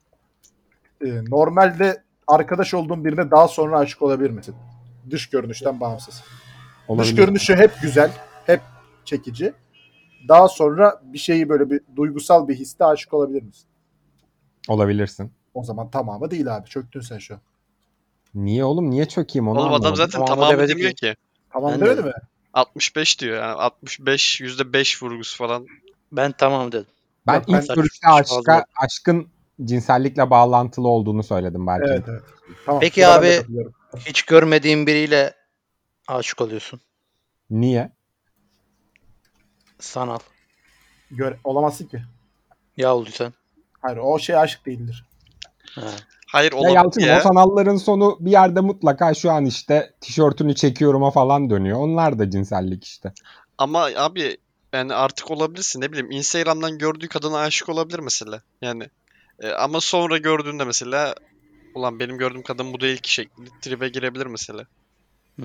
Ee, normalde arkadaş olduğun birine daha sonra aşık olabilir misin? Dış görünüşten bağımsız. Olabilir. Dış görünüşü hep güzel, hep çekici. Daha sonra bir şeyi böyle bir duygusal bir hisse aşık olabilir misin? Olabilirsin. O zaman tamamı değil abi. Çöktün sen şu an. Niye oğlum? Niye çökeyim onu Oğlum adam anlamadım. zaten Tamamı tamamı demedi demiyor ki. ki. Tamam Ben demedi de- mi? altmış beş diyor yani. altmış beş, yüzde beş vurgusu falan. Ben tamam dedim. Ben Yok, ilk ben- görüşte Saç- aşka, fazla. aşkın cinsellikle bağlantılı olduğunu söyledim belki. Evet evet. Tamam. Peki buna ben de abi- katılıyorum. Hiç görmediğin biriyle aşık oluyorsun. Niye? Sanal. Gör, olamazsın ki. Ya olduysan. Hayır, o şey aşk değildir. Ha. Hayır Ya olabilir Yalçın'ım ya. o sanalların sonu bir yerde mutlaka şu an işte tişörtünü çekiyorum'a falan dönüyor. Onlar da cinsellik işte. Ama abi yani artık olabilirsin, ne bileyim Instagram'dan gördüğü kadına aşık olabilir mesela. Yani E, ama sonra gördüğünde mesela ulan benim gördüğüm kadın bu değil ki şekli tribe girebilir mesela. Hmm.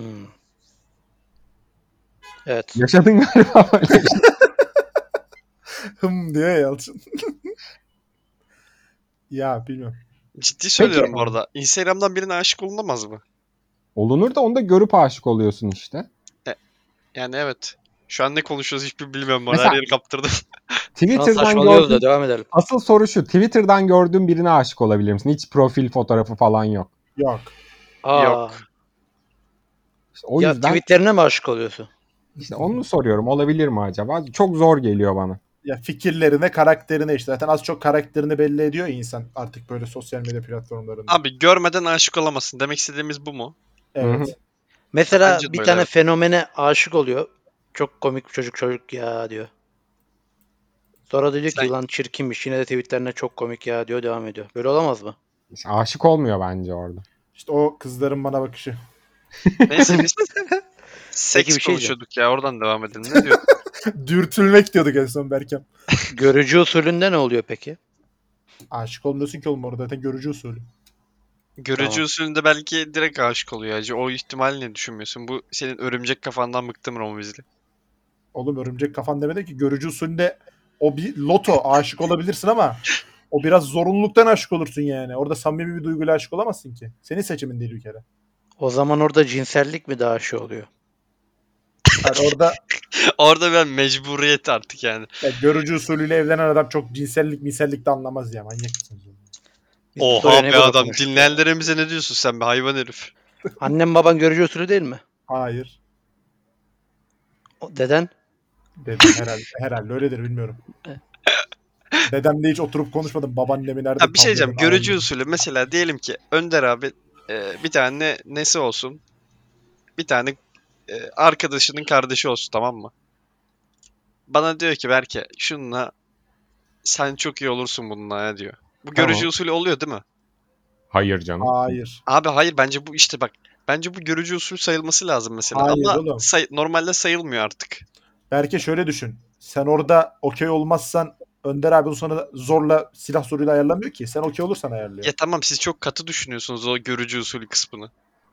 Evet. Yaşadın galiba böyle bir şey. Hım diyor ya Yalçın. Ya bilmiyorum. Ciddi söylüyorum bu Peki. arada. Instagram'dan birine aşık olunamaz mı? Olunur da onu da görüp aşık oluyorsun işte. Yani evet. Şu an ne konuşuyoruz hiçbir bilmiyorum. Bana her Mesela- yeri kaptırdım. Şu an Twitter'dan saçmalıyoruz da gördüğün, devam edelim. asıl soru şu. Twitter'dan gördüğün birine aşık olabilir misin? Hiç profil fotoğrafı falan yok. Yok. Aa, Yok. İşte o ya yüzden tweetlerine mi aşık oluyorsun? işte onu soruyorum. Olabilir mi acaba? Çok zor geliyor bana. Ya fikirlerine, karakterine işte. Zaten az çok karakterini belli ediyor ya insan artık böyle sosyal medya platformlarında. Abi görmeden aşık olamazsın. Demek istediğimiz bu mu? Evet. Hı hı. Mesela Bence de bir öyle, tane evet. fenomene aşık oluyor. Çok komik bir çocuk çocuk ya diyor. Sonra da diyor ki Sen- lan çirkinmiş yine de tweetlerine çok komik ya diyor devam ediyor. Böyle olamaz mı? İşte aşık olmuyor bence orada. İşte o kızların bana bakışı. Neyse biz Peki seks bir şey diyeceğim. konuşuyorduk ya. Oradan devam edelim. Ne diyor? Dürtülmek diyorduk en son Berkem. Görücü usulünde ne oluyor peki? Aşık olmuyorsun ki oğlum orada zaten görücü usulü. Görücü Tamam. usulünde belki direkt aşık oluyor acı. O ihtimali ne düşünmüyorsun? Bu senin örümcek kafandan bıktım Romvizli. Oğlum örümcek kafan demedi ki görücü usulünde o bir loto aşık olabilirsin ama o biraz zorunluluktan aşık olursun yani. Orada samimi bir duyguyla aşık olamazsın ki. Senin seçimin değil bir kere. O zaman orada cinsellik mi daha şey oluyor? Yani orada Orada ben mecburiyet artık yani. ya, görücü usulüyle evlenen adam çok cinsellik minsellik de anlamaz ya. Manyak mısınız oğlum? Biz bu soruyu Oha ne be kadar adam, konuştuk ya? dinleyenlerimize ne diyorsun sen be hayvan herif? Annem baban görücü usulü değil mi? Hayır. O- Deden? Dedem herhalde, herhalde öyledir bilmiyorum. Dedemle hiç oturup konuşmadım. Babaannemi nerede Ha bir şey diyeceğim. tavladım, Görücü ağladım. usulü mesela diyelim ki Önder abi e, bir tane nesi olsun? Bir tane e, arkadaşının kardeşi olsun, tamam mı? Bana diyor ki Berke şununla sen çok iyi olursun bununla ya diyor. Bu Tamam. görücü usulü oluyor değil mi? Hayır canım. Hayır. Abi hayır, bence bu işte bak. Bence bu görücü usulü sayılması lazım mesela. Hayır Ama oğlum. say- normalde sayılmıyor artık. Belki şöyle düşün. Sen orada okey olmazsan Önder abi bunu sana zorla silah zoruyla ayarlamıyor ki. Sen okey olursan ayarlıyor. Ya tamam, siz çok katı düşünüyorsunuz o görücü usulü kısmını.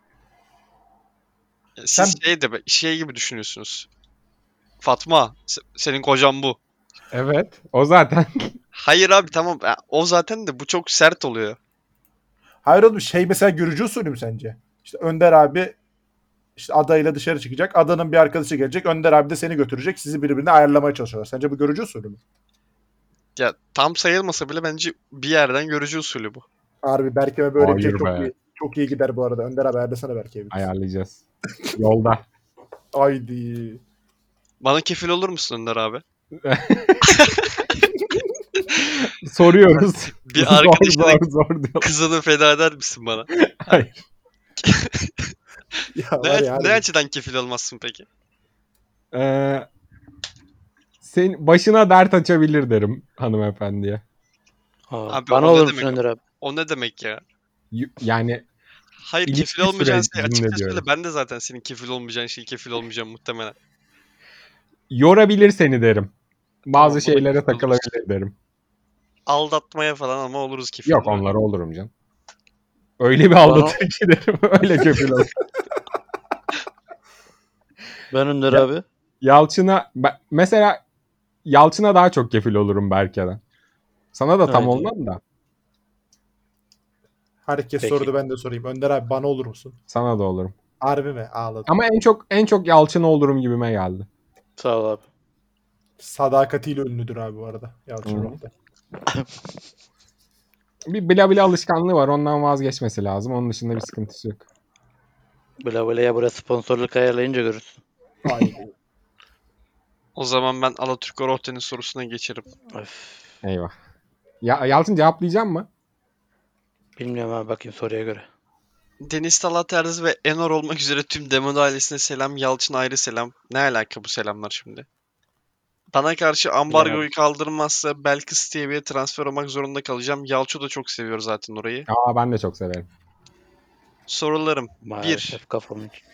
Ya siz Sen- şey de şey gibi düşünüyorsunuz. Fatma, se- senin kocan bu. Evet. O zaten. Hayır abi tamam. Ya, o zaten de bu çok sert oluyor. Hayır oğlum şey mesela görücü usulü mü sence? İşte Önder abi işte adayla dışarı çıkacak. Adanın bir arkadaşı gelecek. Önder abi de seni götürecek. Sizi birbirine ayarlamaya çalışıyorlar. Sence bu görücü usulü mü? Ya tam sayılmasa bile bence bir yerden görücü usulü bu. Harbi Berke'me böyle bir şey Hayır çok be. iyi. Çok iyi gider bu arada. Önder abi ayarlasana Berke'ye bir kız. Ayarlayacağız. Yolda. Haydi. Bana kefil olur musun Önder abi? Soruyoruz. Bir zor arkadaşına zor zor diyor. kızını feda eder misin bana? Hayır. Ya Ne, var ya ne harbi. açıdan kefil olmazsın peki? Ee, sen başına dert açabilir derim hanımefendiye. Aa, Abi bana o ne olur musun demek? Önder abi? O ne demek ya? Y- Yani Hayır, İlişki kefil olmayacağın şey sürecinde açıkça söyle. diyorum. Ben de zaten senin kefil olmayacağın şey kefil olmayacağım muhtemelen. yorabilir seni derim. Bazı buna şeylere kefil oluruz. takılabilir derim. Aldatmaya falan ama oluruz kefil. Yok değil mi? onlara olurum canım. Öyle bir aldatır ki derim. Öyle kefil olur. Ben Önder Ya- abi. Yalçın'a ben- mesela Yalçın'a daha çok kefil olurum Berke'den. Sana da tam Evet, olmam da. Herkes Peki. sordu ben de sorayım. Önder abi bana olur musun? Sana da olurum. Harbi mi? Ağladım. Ama en çok en çok Yalçın'a olurum gibime geldi. Sağ ol abi. Sadakatiyle ünlüdür abi bu arada. Yalçın Hı. Rohde. Bir bla bla alışkanlığı var. Ondan vazgeçmesi lazım. Onun dışında bir sıkıntısı yok. Bla bla ya buraya sponsorluk ayarlayınca görürsün. Haydi. O zaman ben Alaturka Rohte'nin sorusuna geçerim. Öf. Eyvah. Ya Yalçın cevaplayacak mı? Bilmiyorum abi bakayım soruya göre. Deniz Talat Erz ve Enor olmak üzere tüm Demode ailesine selam. Yalçın ayrı selam. Ne alaka bu selamlar şimdi? Bana karşı ambargoyu Bilemedim. kaldırmazsa Belkıs T V'ye transfer olmak zorunda kalacağım. Yalço da çok seviyor zaten orayı. Aa ben de çok severim. Sorularım. Maalesef kafamın içi.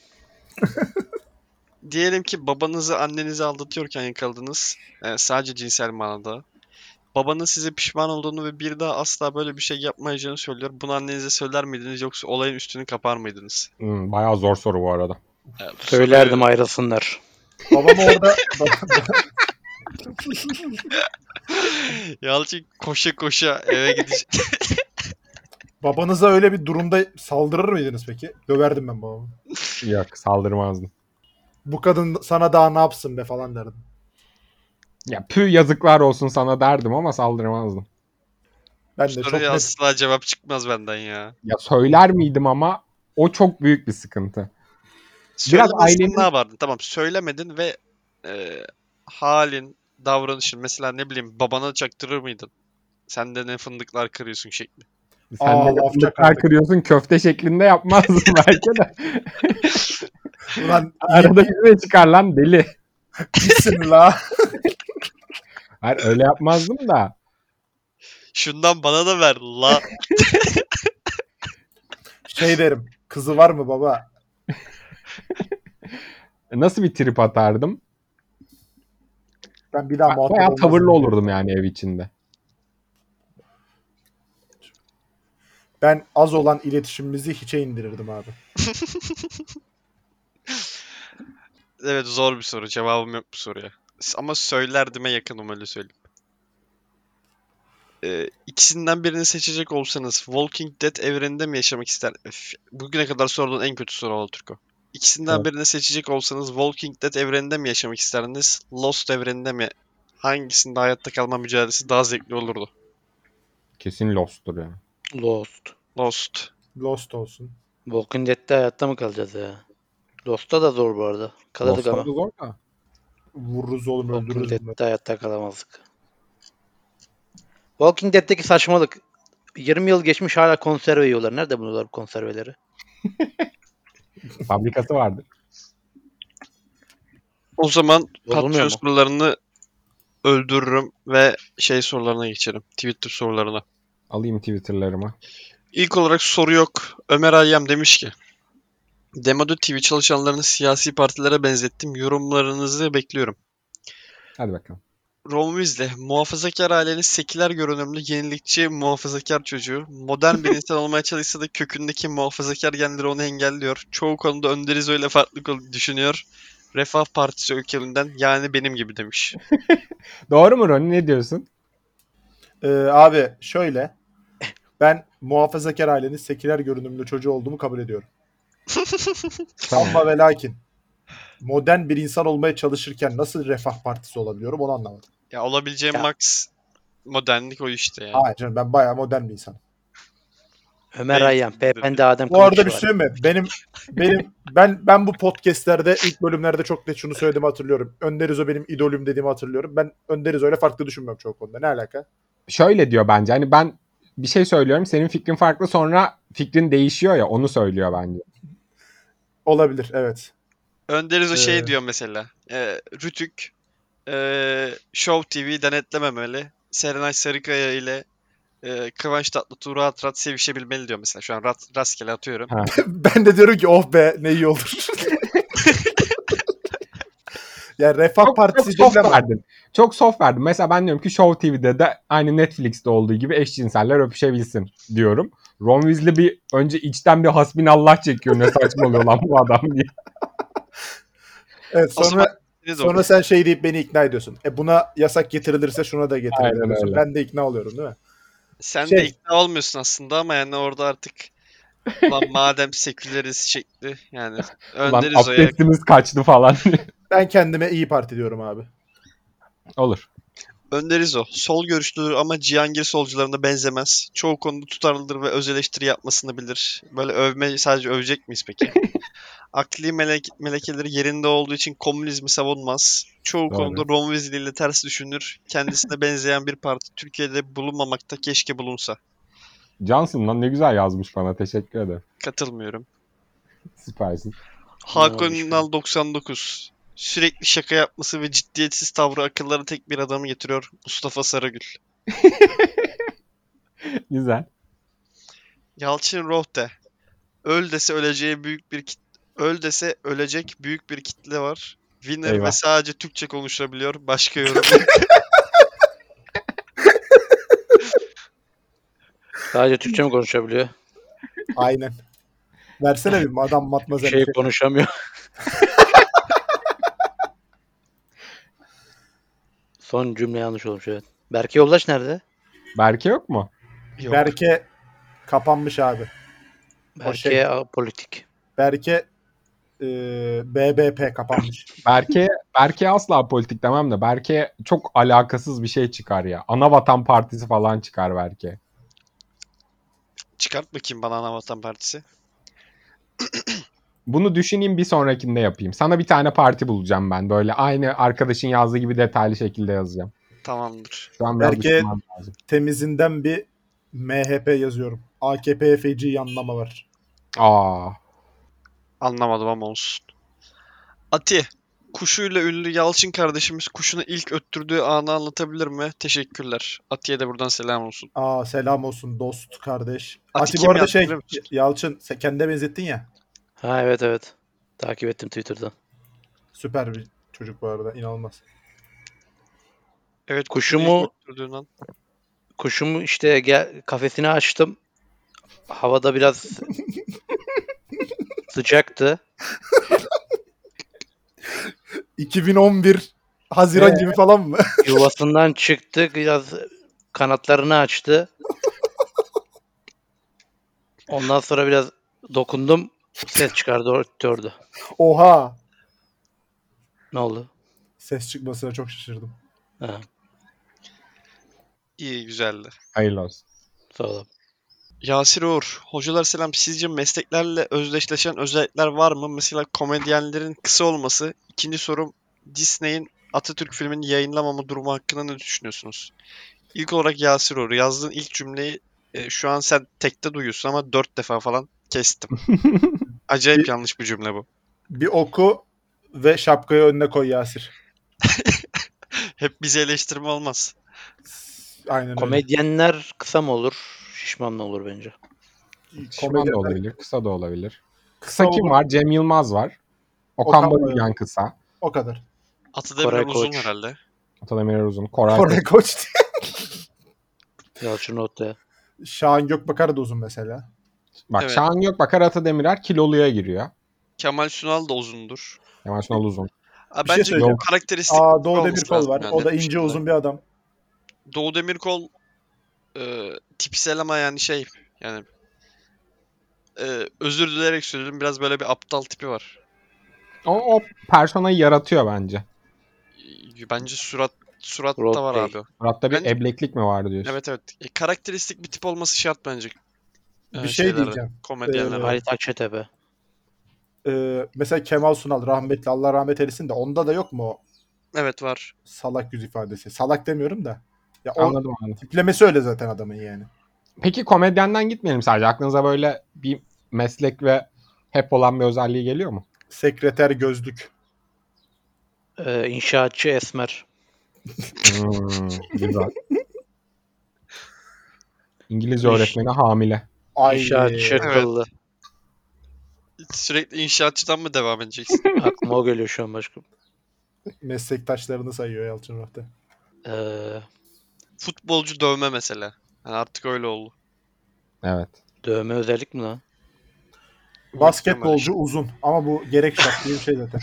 Diyelim ki babanızı annenizi aldatıyorken yakaladınız. Ee, sadece cinsel manada. babanın size pişman olduğunu ve bir daha asla böyle bir şey yapmayacağını söylüyor. Bunu annenize söyler miydiniz yoksa olayın üstünü kapar mıydınız? Hmm, bayağı zor soru bu arada. Ya, bu Söylerdim soruyu- ayrılsınlar. Babam orada Yalçın koşa koşa eve gidecek. babanıza öyle bir durumda saldırır mıydınız peki? Döverdim ben babamı. Yok, saldırmazdım. Bu kadın sana daha ne yapsın be falan derdim. Ya püh, yazıklar olsun sana derdim ama saldırmazdım. Ben Bu de çok soruya net. asla cevap çıkmaz benden ya. Ya söyler miydim ama o çok büyük bir sıkıntı. Söylemezsen ailenin- ne yapardın? Tamam söylemedin ve e, halin, davranışın mesela ne bileyim babana çaktırır mıydın? Sen de ne fındıklar kırıyorsun şekli. Sen Aa, de laf fındıklar çakardık. kırıyorsun, köfte şeklinde yapmazdım belki de. Ulan Arada yüzüne çıkar lan deli. gitsin la. Hayır, öyle yapmazdım da. Şundan bana da ver la. Şey derim. Kızı var mı baba? Nasıl bir trip atardım? Ben bir daha Ben muhatap bayağı olmazdım. tavırlı olurdum yani ev içinde. Ben az olan iletişimimizi hiçe indirirdim abi. Evet zor bir soru. Cevabım yok bu soruya. S- Ama söylerdime yakınım öyle söyleyeyim. Ee, ikisinden birini seçecek olsanız Walking Dead evreninde mi yaşamak ister? Öf, bugüne kadar sorduğun en kötü soru oldu Turko. İkisinden Evet. birini seçecek olsanız Walking Dead evreninde mi yaşamak isterdiniz? Lost evreninde mi? Hangisinde hayatta kalma mücadelesi daha zevkli olurdu? Kesin Lost'tur yani. Lost. Lost. Lost olsun. Walking Dead'de hayatta mı kalacağız ya? Lost'ta da zor bu arada. Kalırdık Lost'ta ama. da zor da. Vururuz oğlum Walking öldürürüz bunları. Dead'de hayatta kalamazdık. Walking Dead'deki saçmalık. yirmi yıl geçmiş hala konserve yiyorlar. Nerede buluyorlar bu konserveleri? Fabrikası vardı. O zaman Bozulmuyor Patreon mu? sorularını öldürürüm ve şey sorularına geçelim. Twitter sorularına. Alayım Twitter'larıma. İlk olarak soru yok. Ömer Ayyam demiş ki Demode T V çalışanlarını siyasi partilere benzettim. Yorumlarınızı bekliyorum. Hadi bakalım. Ron Weasley, muhafazakar ailenin seküler görünümlü, yenilikçi, muhafazakar çocuğu. Modern bir insan olmaya çalışsa da kökündeki muhafazakar genleri onu engelliyor. Çoğu konuda Önder İzo ile farklı kol- düşünüyor. Refah Partisi öykülünden yani benim gibi demiş. Doğru mu Ronnie? Ne diyorsun? Ee, abi şöyle. Ben muhafazakar ailenin seküler görünümlü çocuğu olduğumu kabul ediyorum. Ama ve lakin modern bir insan olmaya çalışırken nasıl Refah Partisi olabiliyorum onu anlamadım. Ya olabileceğim Ya. max modernlik o işte yani. Hayır canım ben bayağı modern bir insanım. Ömer Değil. Ayyan. Pepe'nde Adem Bu arada Kılıç bir var. şey mi? Benim benim ben ben bu podcast'lerde ilk bölümlerde çok net şunu söylediğimi hatırlıyorum. Önder İzo benim idolüm dediğimi hatırlıyorum. Ben Önder İzo ile farklı düşünmüyorum çok konuda. Ne alaka? Şöyle diyor bence. Hani ben bir şey söylüyorum. Senin fikrin farklı, sonra fikrin değişiyor ya. Onu söylüyor bence. Olabilir evet. Önder İzo Ee, şey diyor mesela. E, Rütük e, Show T V denetlememeli. Serenay Sarıkaya ile e, Kıvanç Tatlıtuğ rahat rahat sevişebilmeli diyor mesela. Şu an rat, rastgele atıyorum. Ha. Ben de diyorum ki oh be ne iyi olur. Ya Refah Çok, çok Partisi soft değil ama verdin. Çok soft verdin. Mesela ben diyorum ki Show T V'de de aynı Netflix'te olduğu gibi eşcinseller öpüşebilsin diyorum. Ron Weasley bir önce içten bir hasbinallah çekiyor. Ne saçmalıyor lan bu adam diye. evet O zaman sonra ne de sonra sen şey deyip beni ikna ediyorsun. E buna yasak getirilirse şuna da getirilir Aynen diyorsun. öyle. Ben de ikna oluyorum değil mi? Sen Şey- de ikna olmuyorsun aslında ama yani orada artık lan madem seküleriz şekli yani Ulan Önder İzo'ya abdestimiz kaçtı falan. Ben kendime iyi Parti diyorum abi. Olur. Önder İzo sol görüşlüdür ama Cihangir solcularına benzemez. Çoğu konuda tutarlıdır ve öz eleştiri yapmasını bilir. Böyle övme sadece övecek miyiz peki? Akli melek, melekeleri yerinde olduğu için komünizmi savunmaz. Çoğu Doğru. konuda Ron Weasley ile ters düşünür. Kendisine benzeyen bir parti Türkiye'de bulunmamakta keşke bulunsa. Johnson lan ne güzel yazmış bana. Teşekkür ederim. Katılmıyorum. Süpersin. Hakan olmuş Ünal doksan dokuz. Sürekli şaka yapması ve ciddiyetsiz tavrı akıllara tek bir adamı getiriyor. Mustafa Sarıgül. Güzel. Yalçın Rohde. Öl dese öleceği büyük bir kit Öl dese ölecek büyük bir kitle var. Winner Eyvah. ve sadece Türkçe konuşabiliyor. Başka yorum. Sadece Türkçe mi konuşabiliyor? Aynen. Versene bir adam Bir matmazel. şey konuşamıyor. Son cümle yanlış olmuş evet. Berke Yoldaş nerede? Berke yok mu? Yok. Berke kapanmış abi. Berke şey. politik. Berke e, B B P kapanmış. Berke Berke asla politik demem de Berke çok alakasız bir şey çıkar ya. Anavatan Partisi falan çıkar Berke. Çıkart bakayım bana Anavatan Partisi. Bunu düşüneyim, bir sonrakinde yapayım. Sana bir tane parti bulacağım ben. Böyle aynı arkadaşın yazdığı gibi detaylı şekilde yazacağım. Tamamdır. Şu an biraz Berke düşünmem lazım. temizinden bir M H P yazıyorum. A K P feci yanlama var. Aa, Anlamadım ama olsun. Ati, kuşuyla ünlü Yalçın kardeşimiz kuşunu ilk öttürdüğü anı anlatabilir mi? Teşekkürler. Ati'ye de buradan selam olsun. Aa selam olsun dost kardeş. Ati Ati kim bu arada yazdı şey biliyor musun? Yalçın sen kendine benzettin ya. Ha evet evet. Takip ettim Twitter'dan. Süper bir çocuk bu arada inanılmaz. Evet, kuşunu Kuşumu ilk öttürdüğün an. kuşumu işte gel, kafesini açtım. Havada biraz sıcaktı. iki bin on bir Haziran Ee? gibi falan mı? Yuvasından çıktı. Biraz kanatlarını açtı. Ondan sonra biraz dokundum. Ses çıkardı, öttürdü. Oha. Ne oldu? Ses çıkmasına çok şaşırdım. Ha, İyi, güzeldi. hayırlı olsun. sağ ol. Yasir Uğur, hocalar selam. Sizce mesleklerle özdeşleşen özellikler var mı? Mesela komedyenlerin kısa olması. İkinci sorum, Disney'in Atatürk filmini yayınlamama durumu hakkında ne düşünüyorsunuz? İlk olarak Yasir Uğur, yazdığın ilk cümleyi e, şu an sen tekte duyuyorsun ama dört defa falan kestim. Acayip Bir- yanlış bir cümle bu. Bir oku ve şapkayı önüne koy Yasir. Hep bizi eleştirme olmaz. Aynen öyle. Komedyenler kısa mı olur? Şişman mı olur bence? Şişman Komedyenler da olabilir, kısa da olabilir. kısa Kısa kim olur. var? Cem Yılmaz var. Okan Okan Bayülgen Bayülgen. kısa. O kadar. Atademir Koray uzun Koç. herhalde. Atademir Uzun. Koray Koray Koç. Koç. Yalçın Otte. Şahan Gökbakar da uzun mesela. Bak Evet. Şahan Gökbakar, Atademirer kiloluya giriyor. Kemal Sunal da uzundur. Kemal Sunal uzun. Ha, Bir şey bence söyleyeceğim. karakteristik Aa bir Doğu olması Demirkol lazım var. yani O da net bir ince şekilde. uzun bir adam. Doğu Demirkol e, tipsel ama yani şey yani e, özür dileyerek söylüyorum, biraz böyle bir aptal tipi var. O, o personayı yaratıyor bence. E, Bence surat suratta Role var play. abi. Murat'ta bir Bence- ebleklik mi var diyorsun? Evet evet. E, karakteristik bir tip olması şart bence. E, Bir şey şeylerde, diyeceğim. komedyenlerde. Ee, Halit Akçatepe. Ee, mesela Kemal Sunal rahmetli Allah rahmet eylesin de onda da yok mu o Evet var. salak yüz ifadesi? Salak demiyorum da. Ya o Anladım anladım. tiplemesi öyle zaten adamın yani. Peki komedyenden gitmeyelim sadece. Aklınıza böyle bir meslek ve hep olan bir özelliği geliyor mu? Sekreter gözlük. Ee, inşaatçı Esmer. Hmm, güzel. İngilizce İş- öğretmeni hamile. Ay İnşaatçı Evet. kıllı. Sürekli inşaatçıdan mı devam edeceksin? Aklıma o geliyor şu an başka. meslektaşlarını sayıyor Yalçın Rahte. Ee, Futbolcu dövme mesela. Yani artık öyle oldu. Evet. dövme özellik mi lan? Basketbolcu uzun ama bu gerek şart diye bir şey zaten.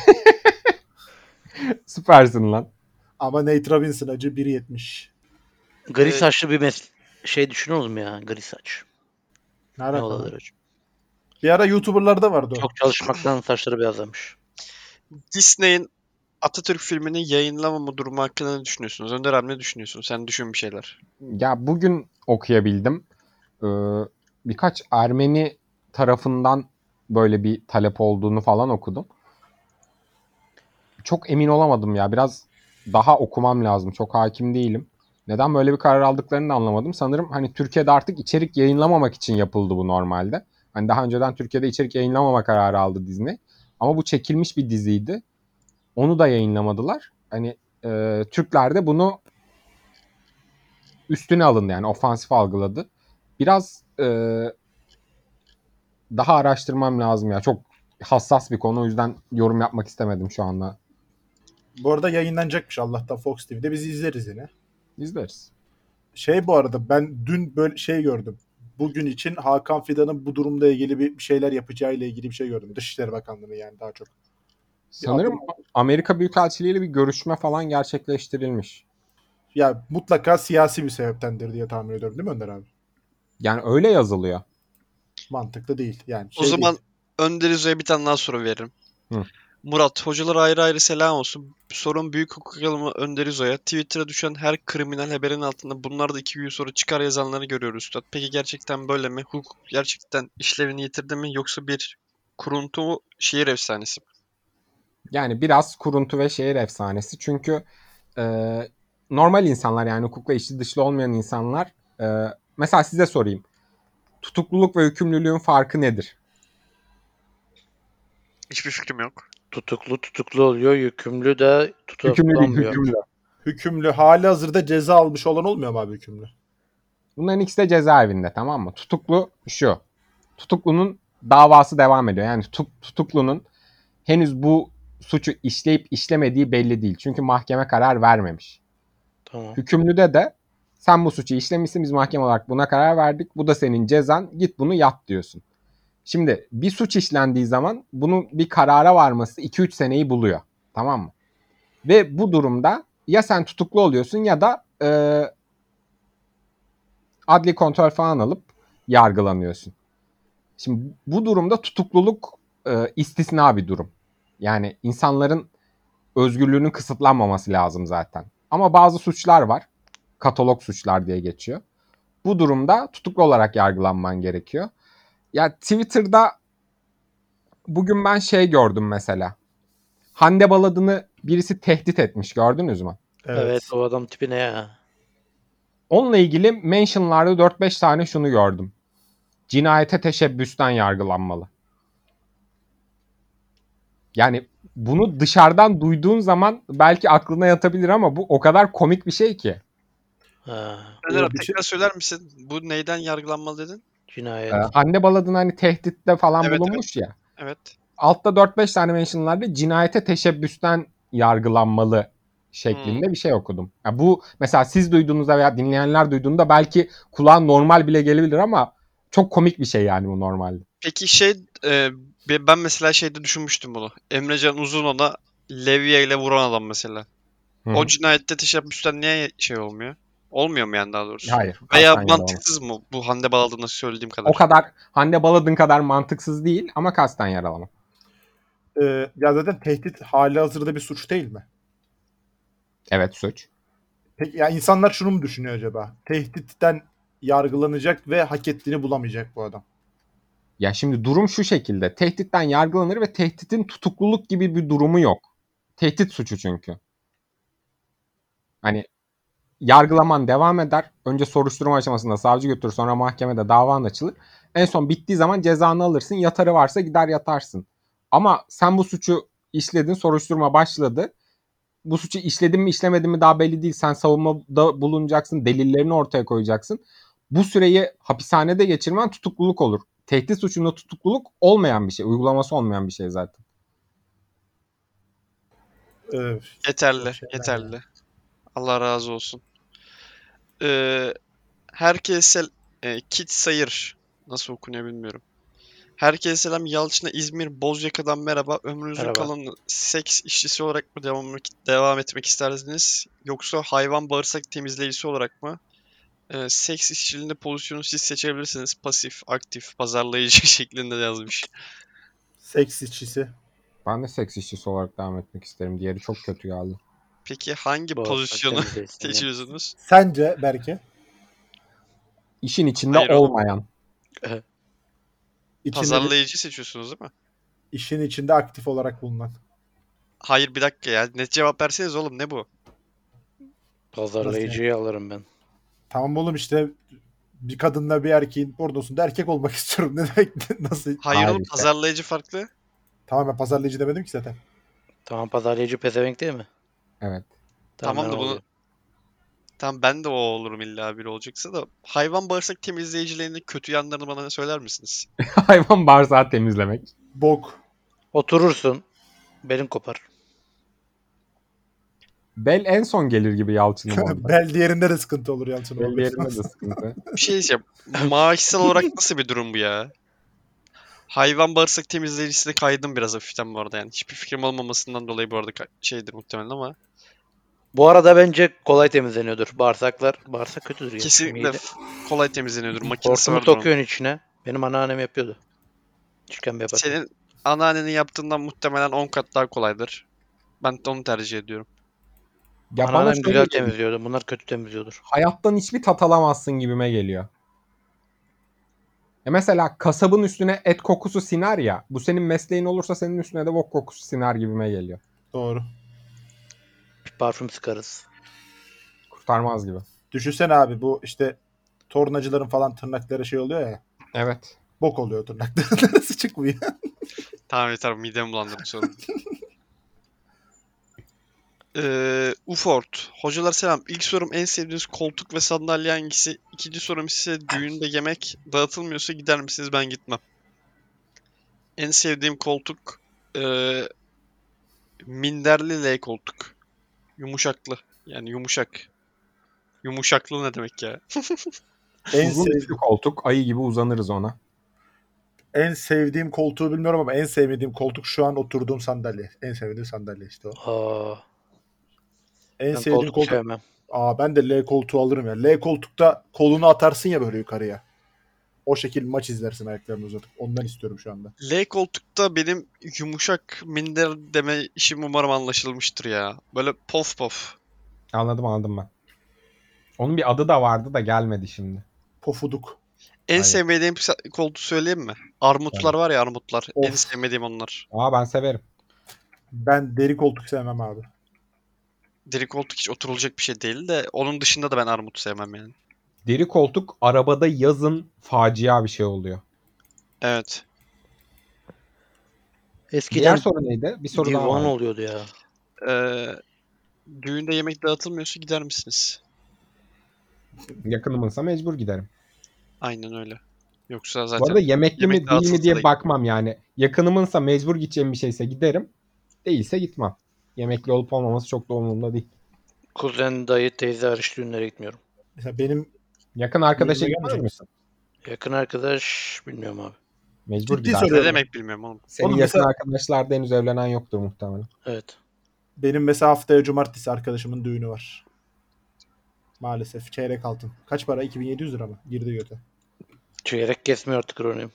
Süpersin lan. Ama Nate Robinson acı bir yetmiş. Gri Evet. saçlı bir mes şey düşünüyor musun ya? Gri saç. Ne Ne alaka olabilir lan? hocam? Bir ara YouTuber'larda vardı o. Çok çalışmaktan saçları beyazlamış. Disney'in Atatürk filmini yayınlamama durumu hakkında ne düşünüyorsunuz? Önder abi ne düşünüyorsun? Sen düşün bir şeyler. Ya bugün okuyabildim. Ee, birkaç Ermeni tarafından böyle bir talep olduğunu falan okudum. Çok emin olamadım ya. Biraz daha okumam lazım. Çok hakim değilim. Neden böyle bir karar aldıklarını da anlamadım. Sanırım hani Türkiye'de artık içerik yayınlamamak için yapıldı bu normalde. Hani daha önceden Türkiye'de içerik yayınlamama kararı aldı Disney. Ama bu çekilmiş bir diziydi. Onu da yayınlamadılar. Hani e, Türkler de bunu üstüne alındı, yani ofansif algıladı. Biraz e, daha araştırmam lazım ya. Çok hassas bir konu, o yüzden yorum yapmak istemedim şu anda. Bu arada yayınlanacakmış Allah'tan Fox T V'de. Biz izleriz yine. İzleriz. Şey bu arada ben dün böyle şey gördüm. bugün için Hakan Fidan'ın bu durumla ilgili bir bir şeyler yapacağıyla ilgili bir şey gördüm. Dışişleri Bakanlığı'nı yani daha çok. Sanırım adım- Amerika Büyükelçiliği ile bir görüşme falan gerçekleştirilmiş. Ya mutlaka siyasi bir sebeptendir diye tahmin ediyorum değil mi Önder abi? Yani öyle yazılıyor. Mantıklı değil. Yani O şey zaman değil. Önder İzo'ya bir tane daha soru veririm. Hı. Murat, hocalara ayrı ayrı selam olsun. Sorun büyük hukuk alımı Önder İzo'ya. Twitter'a düşen her kriminal haberin altında bunlar da iki gün sonra çıkar yazanları görüyoruz üstad. Peki gerçekten böyle mi? Hukuk gerçekten işlevini yitirdi mi? Yoksa bir kuruntu mu, şehir efsanesi mi? Yani biraz kuruntu ve şehir efsanesi. Çünkü e, normal insanlar, yani hukukla içi dışlı olmayan insanlar, e, mesela size sorayım. Tutukluluk ve hükümlülüğün farkı nedir? Hiçbir fikrim yok. Tutuklu tutuklu oluyor, yükümlü de Hükümlü değil, tutuklanmıyor. hükümlü. Hükümlü hali hazırda ceza almış olan olmuyor mu abi hükümlü? Bunların ikisi de cezaevinde, tamam mı? Tutuklu şu. Tutuklunun davası devam ediyor. Yani tutuk, tutuklunun henüz bu suçu işleyip işlemediği belli değil. Çünkü mahkeme karar vermemiş. Tamam. Hükümlüde de sen bu suçu işlemişsin, biz mahkeme olarak buna karar verdik. Bu da senin cezan, git bunu yap diyorsun. Şimdi bir suç işlendiği zaman bunun bir karara varması iki üç seneyi buluyor. Tamam mı? Ve bu durumda ya sen tutuklu oluyorsun ya da e, adli kontrol falan alıp yargılanıyorsun. Şimdi bu durumda tutukluluk e, istisna bir durum. Yani insanların özgürlüğünün kısıtlanmaması lazım zaten. Ama bazı suçlar var. Katalog suçlar diye geçiyor. Bu durumda tutuklu olarak yargılanman gerekiyor. Ya Twitter'da bugün ben şey gördüm mesela. Hande Baladın'ı birisi tehdit etmiş, gördünüz mü? Evet, o adam tipi ne ya? Onunla ilgili mentionlarda dört beş tane şunu gördüm. Cinayete teşebbüsten yargılanmalı. Yani bunu dışarıdan duyduğun zaman belki aklına yatabilir ama bu o kadar komik bir şey ki. Ha, Önder abi bir şey- tekrar söyler misin? Bu neyden yargılanmalı dedin? cinayet. Ee, Hande Baladın hani tehditte falan Evet, bulunmuş ya. Evet. Altta dört beş tane mentionlarda cinayete teşebbüsten yargılanmalı şeklinde Hmm. bir şey okudum. Ya bu mesela siz duyduğunuzda veya dinleyenler duyduğunda belki kulağa normal bile gelebilir ama çok komik bir şey yani bu normalde. Peki şey e, be- ben mesela şeyde düşünmüştüm bunu. Emrecan Uzun'a levye ile vuran adam mesela. Hı O hı. cinayette teşebbüsten niye şey olmuyor? Olmuyor mu yani daha doğrusu? Hayır, Veya kasten yaralama. mantıksız mı bu Hande Baladın'a söylediğim kadar? O kadar Hande Baladın kadar mantıksız değil ama kasten yaralama. Ee, ya zaten tehdit hali hazırda bir suç değil mi? Evet, suç. Peki ya insanlar şunu mu düşünüyor acaba? Tehditten yargılanacak ve hak ettiğini bulamayacak bu adam. Ya şimdi durum şu şekilde. Tehditten yargılanır ve tehditin tutukluluk gibi bir durumu yok. Tehdit suçu çünkü. Hani yargılaman devam eder. Önce soruşturma aşamasında savcı götürür, sonra mahkemede davan açılır. En son bittiği zaman cezanı alırsın. Yatarı varsa gider yatarsın. Ama sen bu suçu işledin, soruşturma başladı. Bu suçu işledin mi işlemedin mi daha belli değil. Sen savunmada bulunacaksın, delillerini ortaya koyacaksın. Bu süreyi hapishanede geçirmen tutukluluk olur. Tehdit suçunda tutukluluk olmayan bir şey, uygulaması olmayan bir şey zaten. Ee, Yeterli, şeyler yeterli. yani. Allah razı olsun. Ee, herkese e, Kit Sayır nasıl okunuyor bilmiyorum. Herkese selam. Yalçın'a İzmir Bozyaka'dan merhaba. Ömrünüzün Merhaba. kalanını seks işçisi olarak mı devam, devam etmek isterdiniz? Yoksa hayvan bağırsak temizleyicisi olarak mı? Ee, seks işçiliğinde pozisyonu siz seçebilirsiniz. Pasif, aktif, pazarlayıcı şeklinde de yazmış. Seks işçisi. Ben de seks işçisi olarak devam etmek isterim. Diğeri çok kötü geldi. Peki hangi Bu pozisyonu temizleyicisini. seçiyorsunuz? Sence Berke? İşin içinde Hayır oğlum. olmayan. İçinde Pazarlayıcı seçiyorsunuz değil mi? işin içinde aktif olarak bulunan. Hayır bir dakika ya. Net cevap verseniz oğlum ne bu? Pazarlayıcıyı alırım ben. Tamam oğlum işte bir kadınla bir erkeğin pornosunda erkek olmak istiyorum. Ne demek? Nasıl? Hayır Hayır oğlum işte. pazarlayıcı farklı. Tamam ben pazarlayıcı demedim ki zaten. Tamam, pazarlayıcı pezevenk değil mi? Evet. Tamam, Tamam ben da bunu oluyorum. tam ben de o olurum illa biri olacaksa da hayvan bağırsak temizleyicilerinin kötü yanlarını bana söyler misiniz? Hayvan bağırsağı temizlemek. Bok. Oturursun. Belin kopar. Bel en son gelir gibi Yalçın'ın orada. Bel diğerinde de sıkıntı olur Yalçın. Bel orada. yerinde de sıkıntı. Bir şey diyeceğim. Maaşsal olarak nasıl bir durum bu ya? Hayvan bağırsak temizleyicisine kaydım biraz hafiften bu arada yani. Hiçbir fikrim olmamasından dolayı bu arada ka- şeydir muhtemelen ama Bu arada bence kolay temizleniyordur. Bağırsaklar, bağırsak kötüdür ya. kesinlikle Mide. f- kolay temizleniyordur. Makinesi Hortumu vardır onun. sokuyorsun içine. Benim anneannem yapıyordu. İşkembe yaparken. Senin anneannenin yaptığından muhtemelen on kat daha kolaydır. Ben de onu tercih ediyorum. Ya bana Anneannem şöyle güzel geliyor. temizliyordu. Bunlar kötü temizliyordur. Hayattan hiçbir tat alamazsın gibime geliyor. E mesela kasabın üstüne et kokusu siner ya. Bu senin mesleğin olursa senin üstüne de bok kokusu siner gibime geliyor. Doğru. Bir parfüm sıkarız. Kurtarmaz gibi. Düşünsene abi bu işte tornacıların falan tırnakları şey oluyor ya. Evet. Bok oluyor tırnakların arası çıkmıyor. Tamam yeter midemi bulandırdı sorun. Ee, Ufort. Hocalar selam. İlk sorum en sevdiğiniz koltuk ve sandalye hangisi? İkinci sorum ise düğünde yemek dağıtılmıyorsa gider misiniz? Ben gitmem. En sevdiğim koltuk ee, minderli L koltuk. Yumuşaklı. Yani yumuşak. Yumuşaklı ne demek ya? en, Uzun sev- üçlü koltuk. Ayı gibi uzanırız ona. en sevdiğim koltuğu bilmiyorum ama en sevmediğim koltuk şu an oturduğum sandalye. En sevdiğim sandalye işte o. Aa, En ben sevdiğim koltuk koltuk. sevmem. Aa ben de L koltuğu alırım ya. L koltukta kolunu atarsın ya böyle yukarıya. O şekil maç izlersin ayaklarını uzatıp. Ondan istiyorum şu anda. L koltukta benim yumuşak minder deme işim umarım anlaşılmıştır ya. Böyle pof pof. Anladım anladım ben. Onun bir adı da vardı da gelmedi şimdi. Pofuduk. En Aynen. sevmediğim sa- koltuğu söyleyeyim mi? Armutlar var ya armutlar. En Of. sevmediğim onlar. Aa ben severim. Ben deri koltuk sevmem abi. Deri koltuk hiç oturulacak bir şey değil de onun dışında da ben armut sevmem yani. Deri koltuk arabada yazın facia bir şey oluyor. Evet. Diğer Eskiden soru neydi? Bir soru daha divan var. oluyordu ya. Ee, düğünde yemek dağıtılmıyorsa gider misiniz? Yakınımınsa mecbur giderim. Aynen öyle. Yoksa Bu zaten arada yemekli yemek mi değil mi dağıtılsa diye da- bakmam yani. Yakınımınsa mecbur gideceğim bir şeyse giderim. Değilse gitmem. Yemekli olup olmaması çok da umurumda değil. Kuzen, dayı, teyze hariç düğünlere gitmiyorum. Mesela benim Yakın arkadaşa Düğünüme gitmez gelmeyecek misin? Yakın arkadaş bilmiyorum abi. Mecbur Ciddi gidersin. ne soruyorum. demek bilmiyorum oğlum. Senin Oğlum yakın mesela- arkadaşlarda henüz evlenen yoktur muhtemelen. Evet. benim mesela haftaya cumartesi arkadaşımın düğünü var. Maalesef çeyrek altın. Kaç para? iki bin yedi yüz lira mı? Girdi göte. Çeyrek kesmiyor artık Ronnie.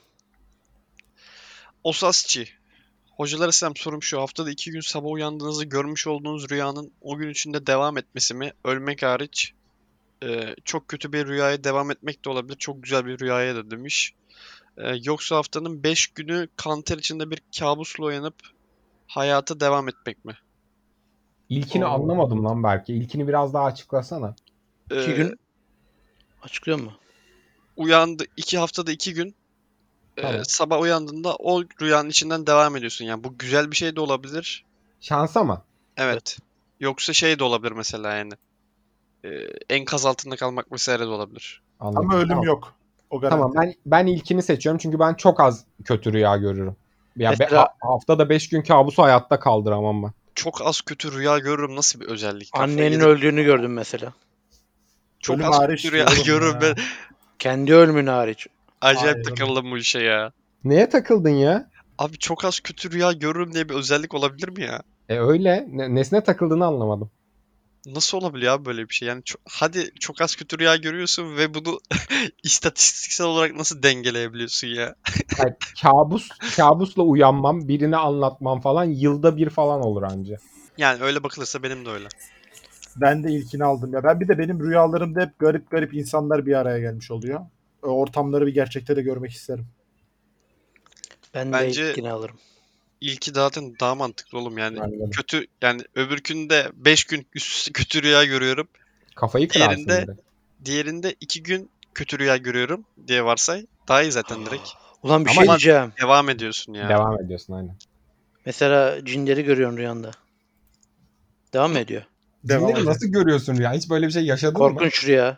Osasçı. Hocalara selam sorum şu. Haftada iki gün sabah uyandığınızda görmüş olduğunuz rüyanın o gün içinde devam etmesi mi? Ölmek hariç e, çok kötü bir rüyaya devam etmek de olabilir. Çok güzel bir rüyaya da demiş. E, yoksa haftanın beş günü kanter içinde bir kabusla uyanıp hayata devam etmek mi? İlkini Oo. anlamadım lan belki. İlkini biraz daha açıklasana. E, İki gün açıklıyor mu? Uyandı. iki haftada iki gün. e, Tamam. sabah uyandığında o rüyanın içinden devam ediyorsun. Yani bu güzel bir şey de olabilir. Şansa mı? Evet. Yoksa şey de olabilir mesela yani. E, enkaz altında kalmak vesaire de olabilir. Anladım. Ama ölüm Tamam. yok. O garanti. Tamam ben ben ilkini seçiyorum çünkü ben çok az kötü rüya görürüm. Ya be- Mesela- ha- haftada beş gün kabusu hayatta kaldıramam ben. Çok az kötü rüya görürüm nasıl bir özellik? Kafayı Annenin yedim. öldüğünü gördüm mesela. Çok Ölüm az hariç kötü rüya diyorum görürüm ya. ben. Kendi ölümün hariç. Acayip Hayır. takıldım bu işe ya. Neye takıldın ya? Abi çok az kötü rüya görürüm diye bir özellik olabilir mi ya? E öyle. Ne- nesine takıldığını anlamadım. Nasıl olabiliyor abi böyle bir şey? Yani çok, hadi çok az kötü rüya görüyorsun ve bunu istatistiksel olarak nasıl dengeleyebiliyorsun ya? Yani kabus kabusla uyanmam, birine anlatmam falan yılda bir falan olur anca. Yani öyle bakılırsa benim de öyle. Ben de ilkini aldım ya. Ben bir de benim rüyalarımda hep garip garip insanlar bir araya gelmiş oluyor. O ortamları bir gerçekte de görmek isterim. Ben Bence- de ilkini alırım. İlki zaten daha mantıklı oğlum yani. Anladım. Kötü yani öbürkünde beş gün üst üste kötü rüya görüyorum. Kafayı kırarsın Diğerinde- direkt. Diğerinde iki gün kötü rüya görüyorum diye varsay. Daha iyi zaten direkt. Ulan bir Ama- şey diyeceğim. Devam ediyorsun ya. Devam ediyorsun aynen. Mesela cinleri görüyorsun rüyanda. Devam mı ediyor? Devam Cinleri edelim. nasıl görüyorsun ya? Hiç böyle bir şey yaşadın mı? Korkunç rüya.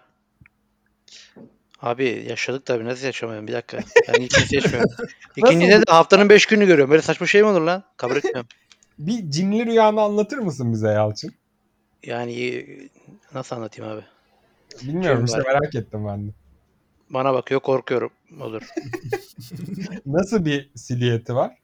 Abi yaşadık tabii, nasıl yaşamayalım, bir dakika. Ben ilkini seçmiyorum. İkincide de haftanın beş günü görüyorum. Böyle saçma şey mi olur lan? Kabul etmiyorum. Bir cinli rüyanı anlatır mısın bize Yalçın? Yani nasıl anlatayım abi? Bilmiyorum Şey işte var. merak ettim ben de. Bana bakıyor, korkuyorum. Olur. Nasıl bir silüeti var?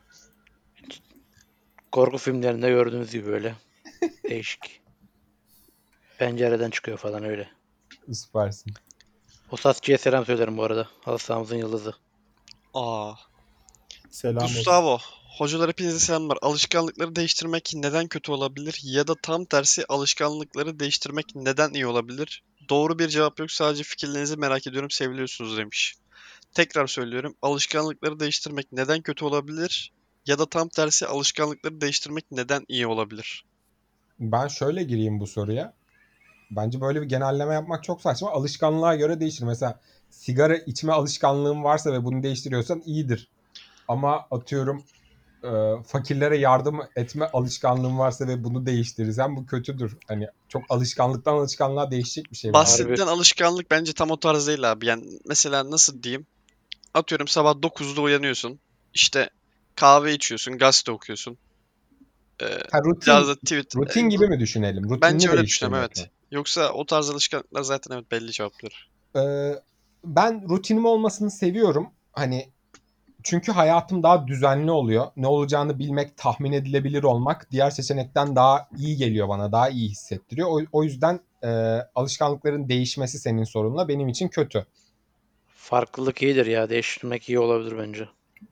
Korku filmlerinde gördüğünüz gibi böyle. Değişik. Pencereden çıkıyor falan öyle. Süpersin. O Saski'ye selam söylerim bu arada. Halı sahamızın yıldızı. Aa. Selam olsun. Gustavo. Hocalar hepinize selamlar. Alışkanlıkları değiştirmek neden kötü olabilir? Ya da tam tersi alışkanlıkları değiştirmek neden iyi olabilir? Doğru bir cevap yok. Sadece fikirlerinizi merak ediyorum. Seviliyorsunuz demiş. Tekrar söylüyorum. Alışkanlıkları değiştirmek neden kötü olabilir? Ya da tam tersi alışkanlıkları değiştirmek neden iyi olabilir? Ben şöyle gireyim bu soruya. Bence böyle bir genelleme yapmak çok saçma. Alışkanlığa göre değişir. Mesela sigara içme alışkanlığın varsa ve bunu değiştiriyorsan iyidir. Ama atıyorum e, fakirlere yardım etme alışkanlığın varsa ve bunu değiştirirsen bu kötüdür. Hani çok alışkanlıktan alışkanlığa değişecek bir şey bence. Bahsedilen alışkanlık bence tam o tarz değil abi. Yani mesela nasıl diyeyim? Atıyorum sabah dokuzda uyanıyorsun. İşte kahve içiyorsun, gazete okuyorsun. Ee, Ha, biraz rutin da tweet. rutin e, gibi mi düşünelim? Rutinini Bence öyle düşünüyorum, değiştirmek mi? evet. Yoksa o tarz alışkanlıklar zaten evet belli cevaplar. Ee, ben rutinim olmasını seviyorum. Hani çünkü hayatım daha düzenli oluyor. Ne olacağını bilmek, tahmin edilebilir olmak diğer seçenekten daha iyi geliyor bana, daha iyi hissettiriyor. O, o yüzden e, alışkanlıkların değişmesi senin sorunla benim için kötü. Farklılık iyidir ya. Değiştirmek iyi olabilir bence.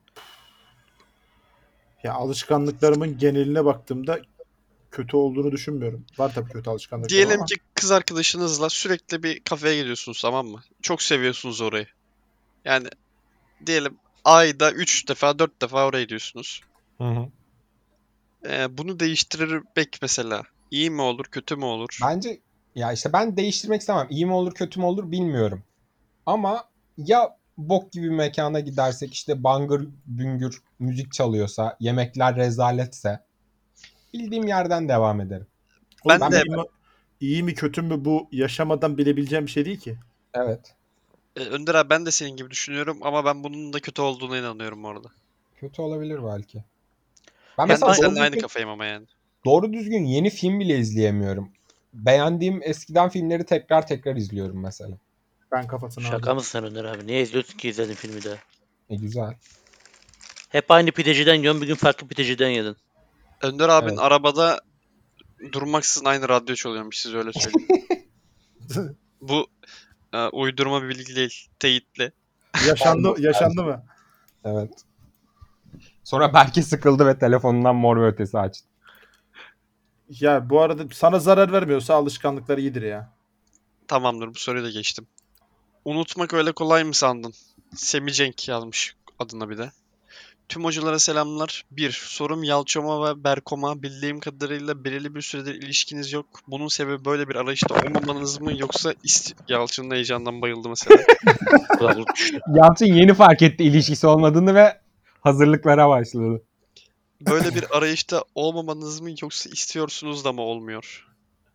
Ya alışkanlıklarımın geneline baktığımda kötü olduğunu düşünmüyorum. Var tabii kötü alışkanlıklarım Diyelim ama ki kız arkadaşınızla sürekli bir kafeye gidiyorsunuz, tamam mı? Çok seviyorsunuz orayı. Yani diyelim ayda üç defa dört defa oraya gidiyorsunuz. Hı hı. Ee, bunu değiştirmek mesela iyi mi olur kötü mü olur? Bence ya işte ben değiştirmek istemem. İyi mi olur kötü mü olur bilmiyorum. Ama ya bok gibi bir mekana gidersek işte bangır büngür müzik çalıyorsa, yemekler rezaletse bildiğim yerden devam ederim. oğlum Ben Ben de iyi mi, iyi mi kötü mü bu yaşamadan bilebileceğim bir şey değil ki. evet. e, Önder abi, ben de senin gibi düşünüyorum ama ben bunun da kötü olduğuna inanıyorum orada. Kötü olabilir belki. Ben Ben mesela de doğru seninle aynı düzgün, kafayım ama yani. doğru düzgün yeni film bile izleyemiyorum. Beğendiğim eskiden filmleri tekrar tekrar izliyorum mesela. Ben kafasını Şaka aldım. mısın sen Önder abi? Niye izliyorsun ki izledin filmi de? E güzel. Hep aynı pideciden yiyorsun. Bir gün farklı pideciden yedin. Önder abin Evet. arabada durmaksızın aynı radyo çalıyormuş, size öyle söyleyeyim. Bu e, uydurma bir bilgi değil, teyitli. Yaşandı yaşandı mı? Evet. Sonra belki sıkıldı ve telefonundan Mor ve Ötesi açtı. Ya bu arada sana zarar vermiyorsa alışkanlıklar iyidir ya. Tamamdır, bu soruyu da geçtim. Unutmak öyle kolay mı sandın? Semi Cenk yazmış adına bir de. Tüm hocalara selamlar. Bir, sorum Yalçın'a ve Berkom'a. Bildiğim kadarıyla belirli bir süredir ilişkiniz yok. Bunun sebebi böyle bir arayışta olmamanız mı, yoksa ist- Yalçın'ın heyecandan bayıldı mesela. Kulaklık düştü. Yalçın yeni fark etti ilişkisi olmadığını ve hazırlıklara başladı. Böyle bir arayışta olmamanız mı, yoksa istiyorsunuz da mı olmuyor?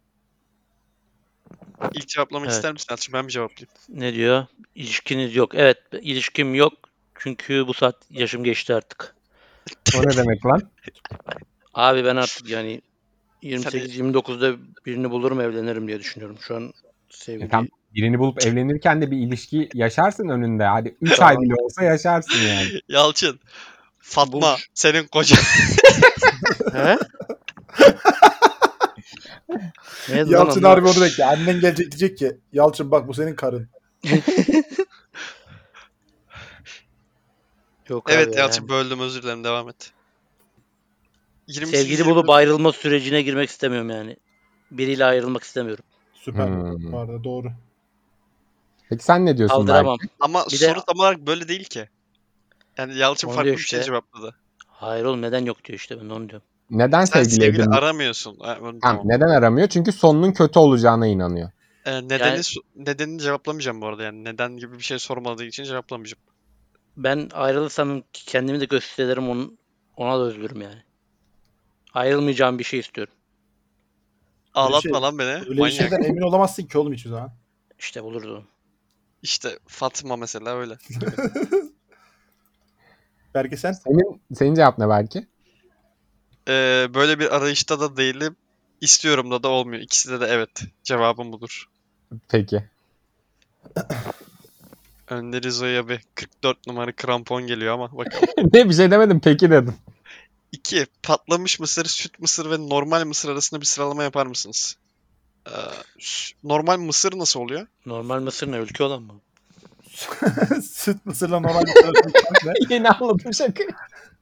İlk cevaplamak Evet. ister misin Yalçın? Ben bir cevaplayayım. Ne diyor? İlişkiniz yok. Evet, ilişkim yok. Çünkü bu saat yaşım geçti artık. O ne demek lan? Abi ben artık yani Hani yirmi sekiz yirmi dokuzda birini bulurum, evlenirim diye düşünüyorum. Şu an E sevgili tam birini bulup evlenirken de bir ilişki yaşarsın önünde. Hadi üç Tamam. ay bile olsa yaşarsın yani. Yalçın, Fatma Buluş. senin kocan. He? Ne lan Yalçın onlar? harbi onu bekliyor. Annen gelecek diyecek ki Yalçın bak bu senin karın. Yok abi Evet ya, Yalçın, yani. böldüm, özür dilerim, devam et. yirmi sekiz Sevgili yirmi bulup dokuz ayrılma sürecine girmek istemiyorum yani. Biriyle ayrılmak istemiyorum. Süper Hmm. bu arada doğru. Peki sen ne diyorsun Berk? Kaldıramam. ama Bir de soru tam olarak böyle değil ki. Yani Yalçın onu farklı diyor bir şey işte. cevapladı. Hayır oğlum, neden yok diyor işte, ben de onu diyorum. Neden Sen sevgili sevgili edinmiyor? aramıyorsun. Ha, onu- Tamam, tamam. neden aramıyor? Çünkü sonunun kötü olacağına inanıyor. Ee, nedeni Yani so- nedenini cevaplamayacağım bu arada, yani neden gibi bir şey sormadığı için cevaplamayacağım. ben ayrılırsam kendimi de gösteririm, onun, ona da özgürüm yani. Ayrılmayacağım bir şey istiyorum. Öyle, şey, Ağlatma lan beni, öyle bir manyak. şeyden emin olamazsın ki oğlum hiçbir zaman. İşte bulurdu. İşte Fatma mesela öyle. Berke sen? Senin senin cevap ne belki? Ee, böyle bir arayışta da değilim. İstiyorum da da olmuyor. İkisi de evet. Cevabım budur. Peki. Önder İzo'ya bir kırk dört numara krampon geliyor ama bakalım. Ne bir şey demedim peki dedim. iki. Patlamış mısır, süt mısır ve normal mısır arasında bir sıralama yapar mısınız? Ee, s- normal mısır nasıl oluyor? Normal mısır ne? Ülke olan mı? Süt mısırla normal mısır arasındaki fark ne? Yeni anladım şakayı.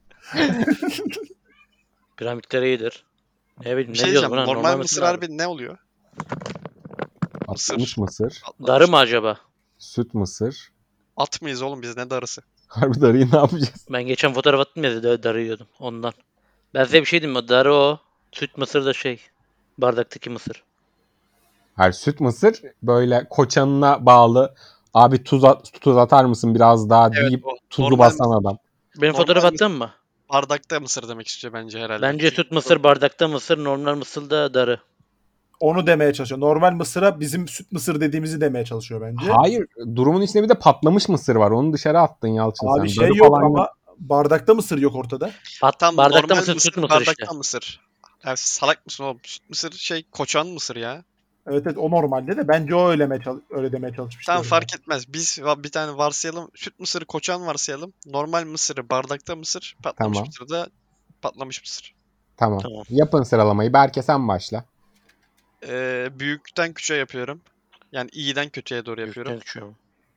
Piramitler iyidir. Ne bileyim Bir ne şey diyordum diyeceğim. lan? Normal Normal mısır mısır ne abi? harbi ne oluyor? Patlamış mısır, Patlamış Darı mı mısır. acaba? süt mısır. At mıyız oğlum biz, ne darısı? Harbi darıyı ne yapacağız? Ben geçen fotoğraf attım ya da darı yiyordum ondan. Ben size bir şey diyeyim mi? Darı o. Süt mısır da şey. Bardaktaki mısır. Her süt mısır böyle koçanına bağlı. Abi tuz, at, tuz atar mısın biraz daha Evet, deyip o. tuzu Normal basan mısır. adam. Benim Normal fotoğraf mısır. attım mı? Bardakta mısır demek istiyor bence herhalde. Bence süt mısır, bardakta mısır, normal mısır da darı. Onu demeye çalışıyor. Normal mısıra bizim süt mısır dediğimizi demeye çalışıyor bence. Hayır, durumun içinde bir de patlamış mısır var. Onu dışarı attın Yalçın sen. Abi şey Darı yok falan ama bardakta mısır yok ortada. Bat, Tam bardakta normal mısır, mısır, süt mısır bardakta işte. mısır. Ya salak mısın oğlum? Süt mısır şey koçan mısır ya. Evet evet o normalde de bence o öyle, demeye çal- öyle demeye çalışmıştır. Tamam, yani. fark etmez. Biz va- bir tane varsayalım. Süt mısırı koçan varsayalım. Normal mısırı bardakta mısır. Patlamış Tamam. mısırı da patlamış mısır. Tamam. Tamam. Yapın sıralamayı. Berke sen başla. Ee, büyükten küçüğe yapıyorum. Yani iyiden kötüye doğru yapıyorum. Büyükten küçüğe mi?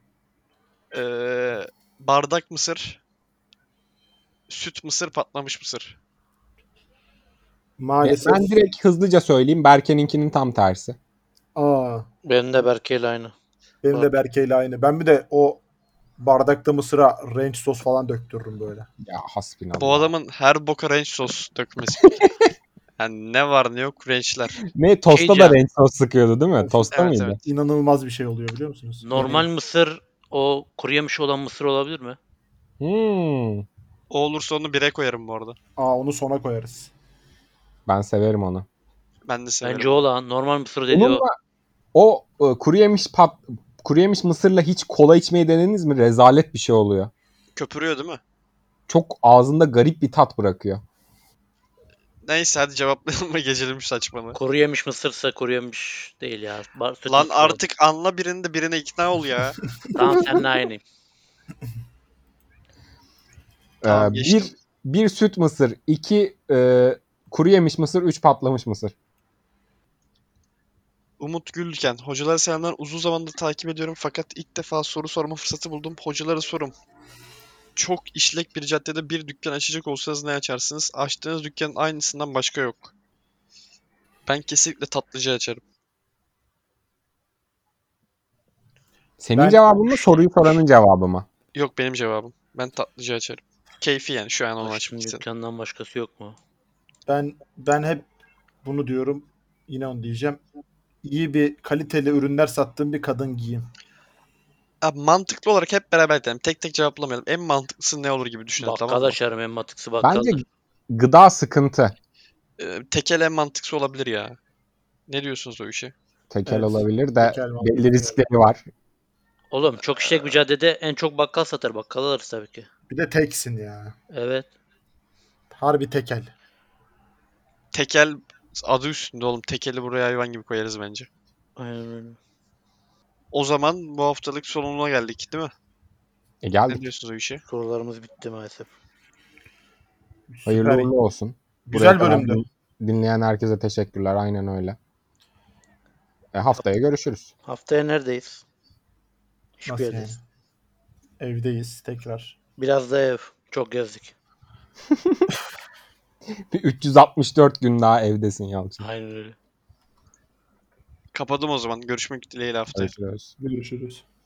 Ee, bardak mısır. Süt mısır, patlamış mısır. Maalesef. Ben direkt hızlıca söyleyeyim. Berke'ninkinin tam tersi. Aa, Benim de Berke'yle aynı. benim de Berke'yle aynı. Ben bir de o bardakta mısıra ranch sos falan döktürürüm böyle. Ya hasbinallah. Bu adamın her boka ranch sos dökmesi. Yani ne var ne yok ranchler. Ne tosta Şey da diyeceğim. renk sos sıkıyordu değil mi? Tosta Evet, mıydı? evet. İnanılmaz bir şey oluyor biliyor musunuz? Normal Deneyin. mısır o kuru yemiş olan mısır olabilir mi? Hmm. O olursa onu bire koyarım bu arada. Aa onu sona koyarız. Ben severim onu. Ben de severim. Bence o lan. Normal mısır dediği Onunla o. o e, kuru yemiş pat kuru yemiş mısırla hiç kola içmeyi denediniz mi? Rezalet bir şey oluyor. Köpürüyor değil mi? Çok ağzında garip bir tat bırakıyor. Neyse hadi cevaplayalım ve geçelim şu saçmalığı. Kuru yemiş mısırsa kuru yemiş değil ya. Bar, süt Lan mısır olabilir. artık anla birini de birine ikna ol ya. Tamam seninle aynıyım. Tamam, Ee, bir geçtim. bir süt mısır, iki e, kuru yemiş mısır, üç patlamış mısır. Umut Gülken. Hocalar selamlar. Uzun zamandır takip ediyorum fakat ilk defa soru sorma fırsatı buldum. Hocalara sorum. Çok işlek bir caddede bir dükkan açacak olsanız ne açarsınız? Açtığınız dükkanın aynısından başka yok. Ben kesinlikle tatlıcı açarım. Senin Ben- cevabın mı, soruyu soranın cevabı mı? Yok, benim cevabım. Ben tatlıcı açarım. Keyfi yani, şu an onu Açtığın açmak istedim. dükkandan başkası yok mu? Ben ben hep bunu diyorum. Yine onu diyeceğim. İyi bir kaliteli ürünler sattığım bir kadın giyeyim. Abi mantıklı olarak hep beraber gidelim. Tek tek cevaplamayalım. En mantıklısı ne olur gibi düşünelim, Bakkal tamam mı? açarım en mantıklısı bakkaldır. Bence gıda sıkıntı. Ee, tekel en mantıklısı olabilir ya. Ne diyorsunuz o işe? Tekel Evet, olabilir de tekel mantıklı. belli riskleri var. Oğlum çok işlek bir caddede en çok bakkal satar. Bakkal alırız tabii ki. Bir de teksin ya. Evet. Harbi tekel. Tekel adı üstünde oğlum. Tekeli buraya hayvan gibi koyarız bence. Aynen öyle. O zaman bu haftalık sonuna geldik değil mi? E Ne geldik. diyorsunuz o işe? Sorularımız bitti maalesef. Hayırlı Süper. uğurlu olsun. Güzel Buraya kadar bölümdü. din- Dinleyen herkese teşekkürler. Aynen öyle. E, haftaya görüşürüz. Haftaya neredeyiz? Hiçbir Nasıl yani? yerdeyiz. Evdeyiz tekrar. Biraz da ev. Çok gezdik. Bir üç yüz altmış dört gün daha evdesin Yalçın. Aynen öyle. Kapadım o zaman. Görüşmek dileğiyle haftaya. Görüşürüz. Görüşürüz.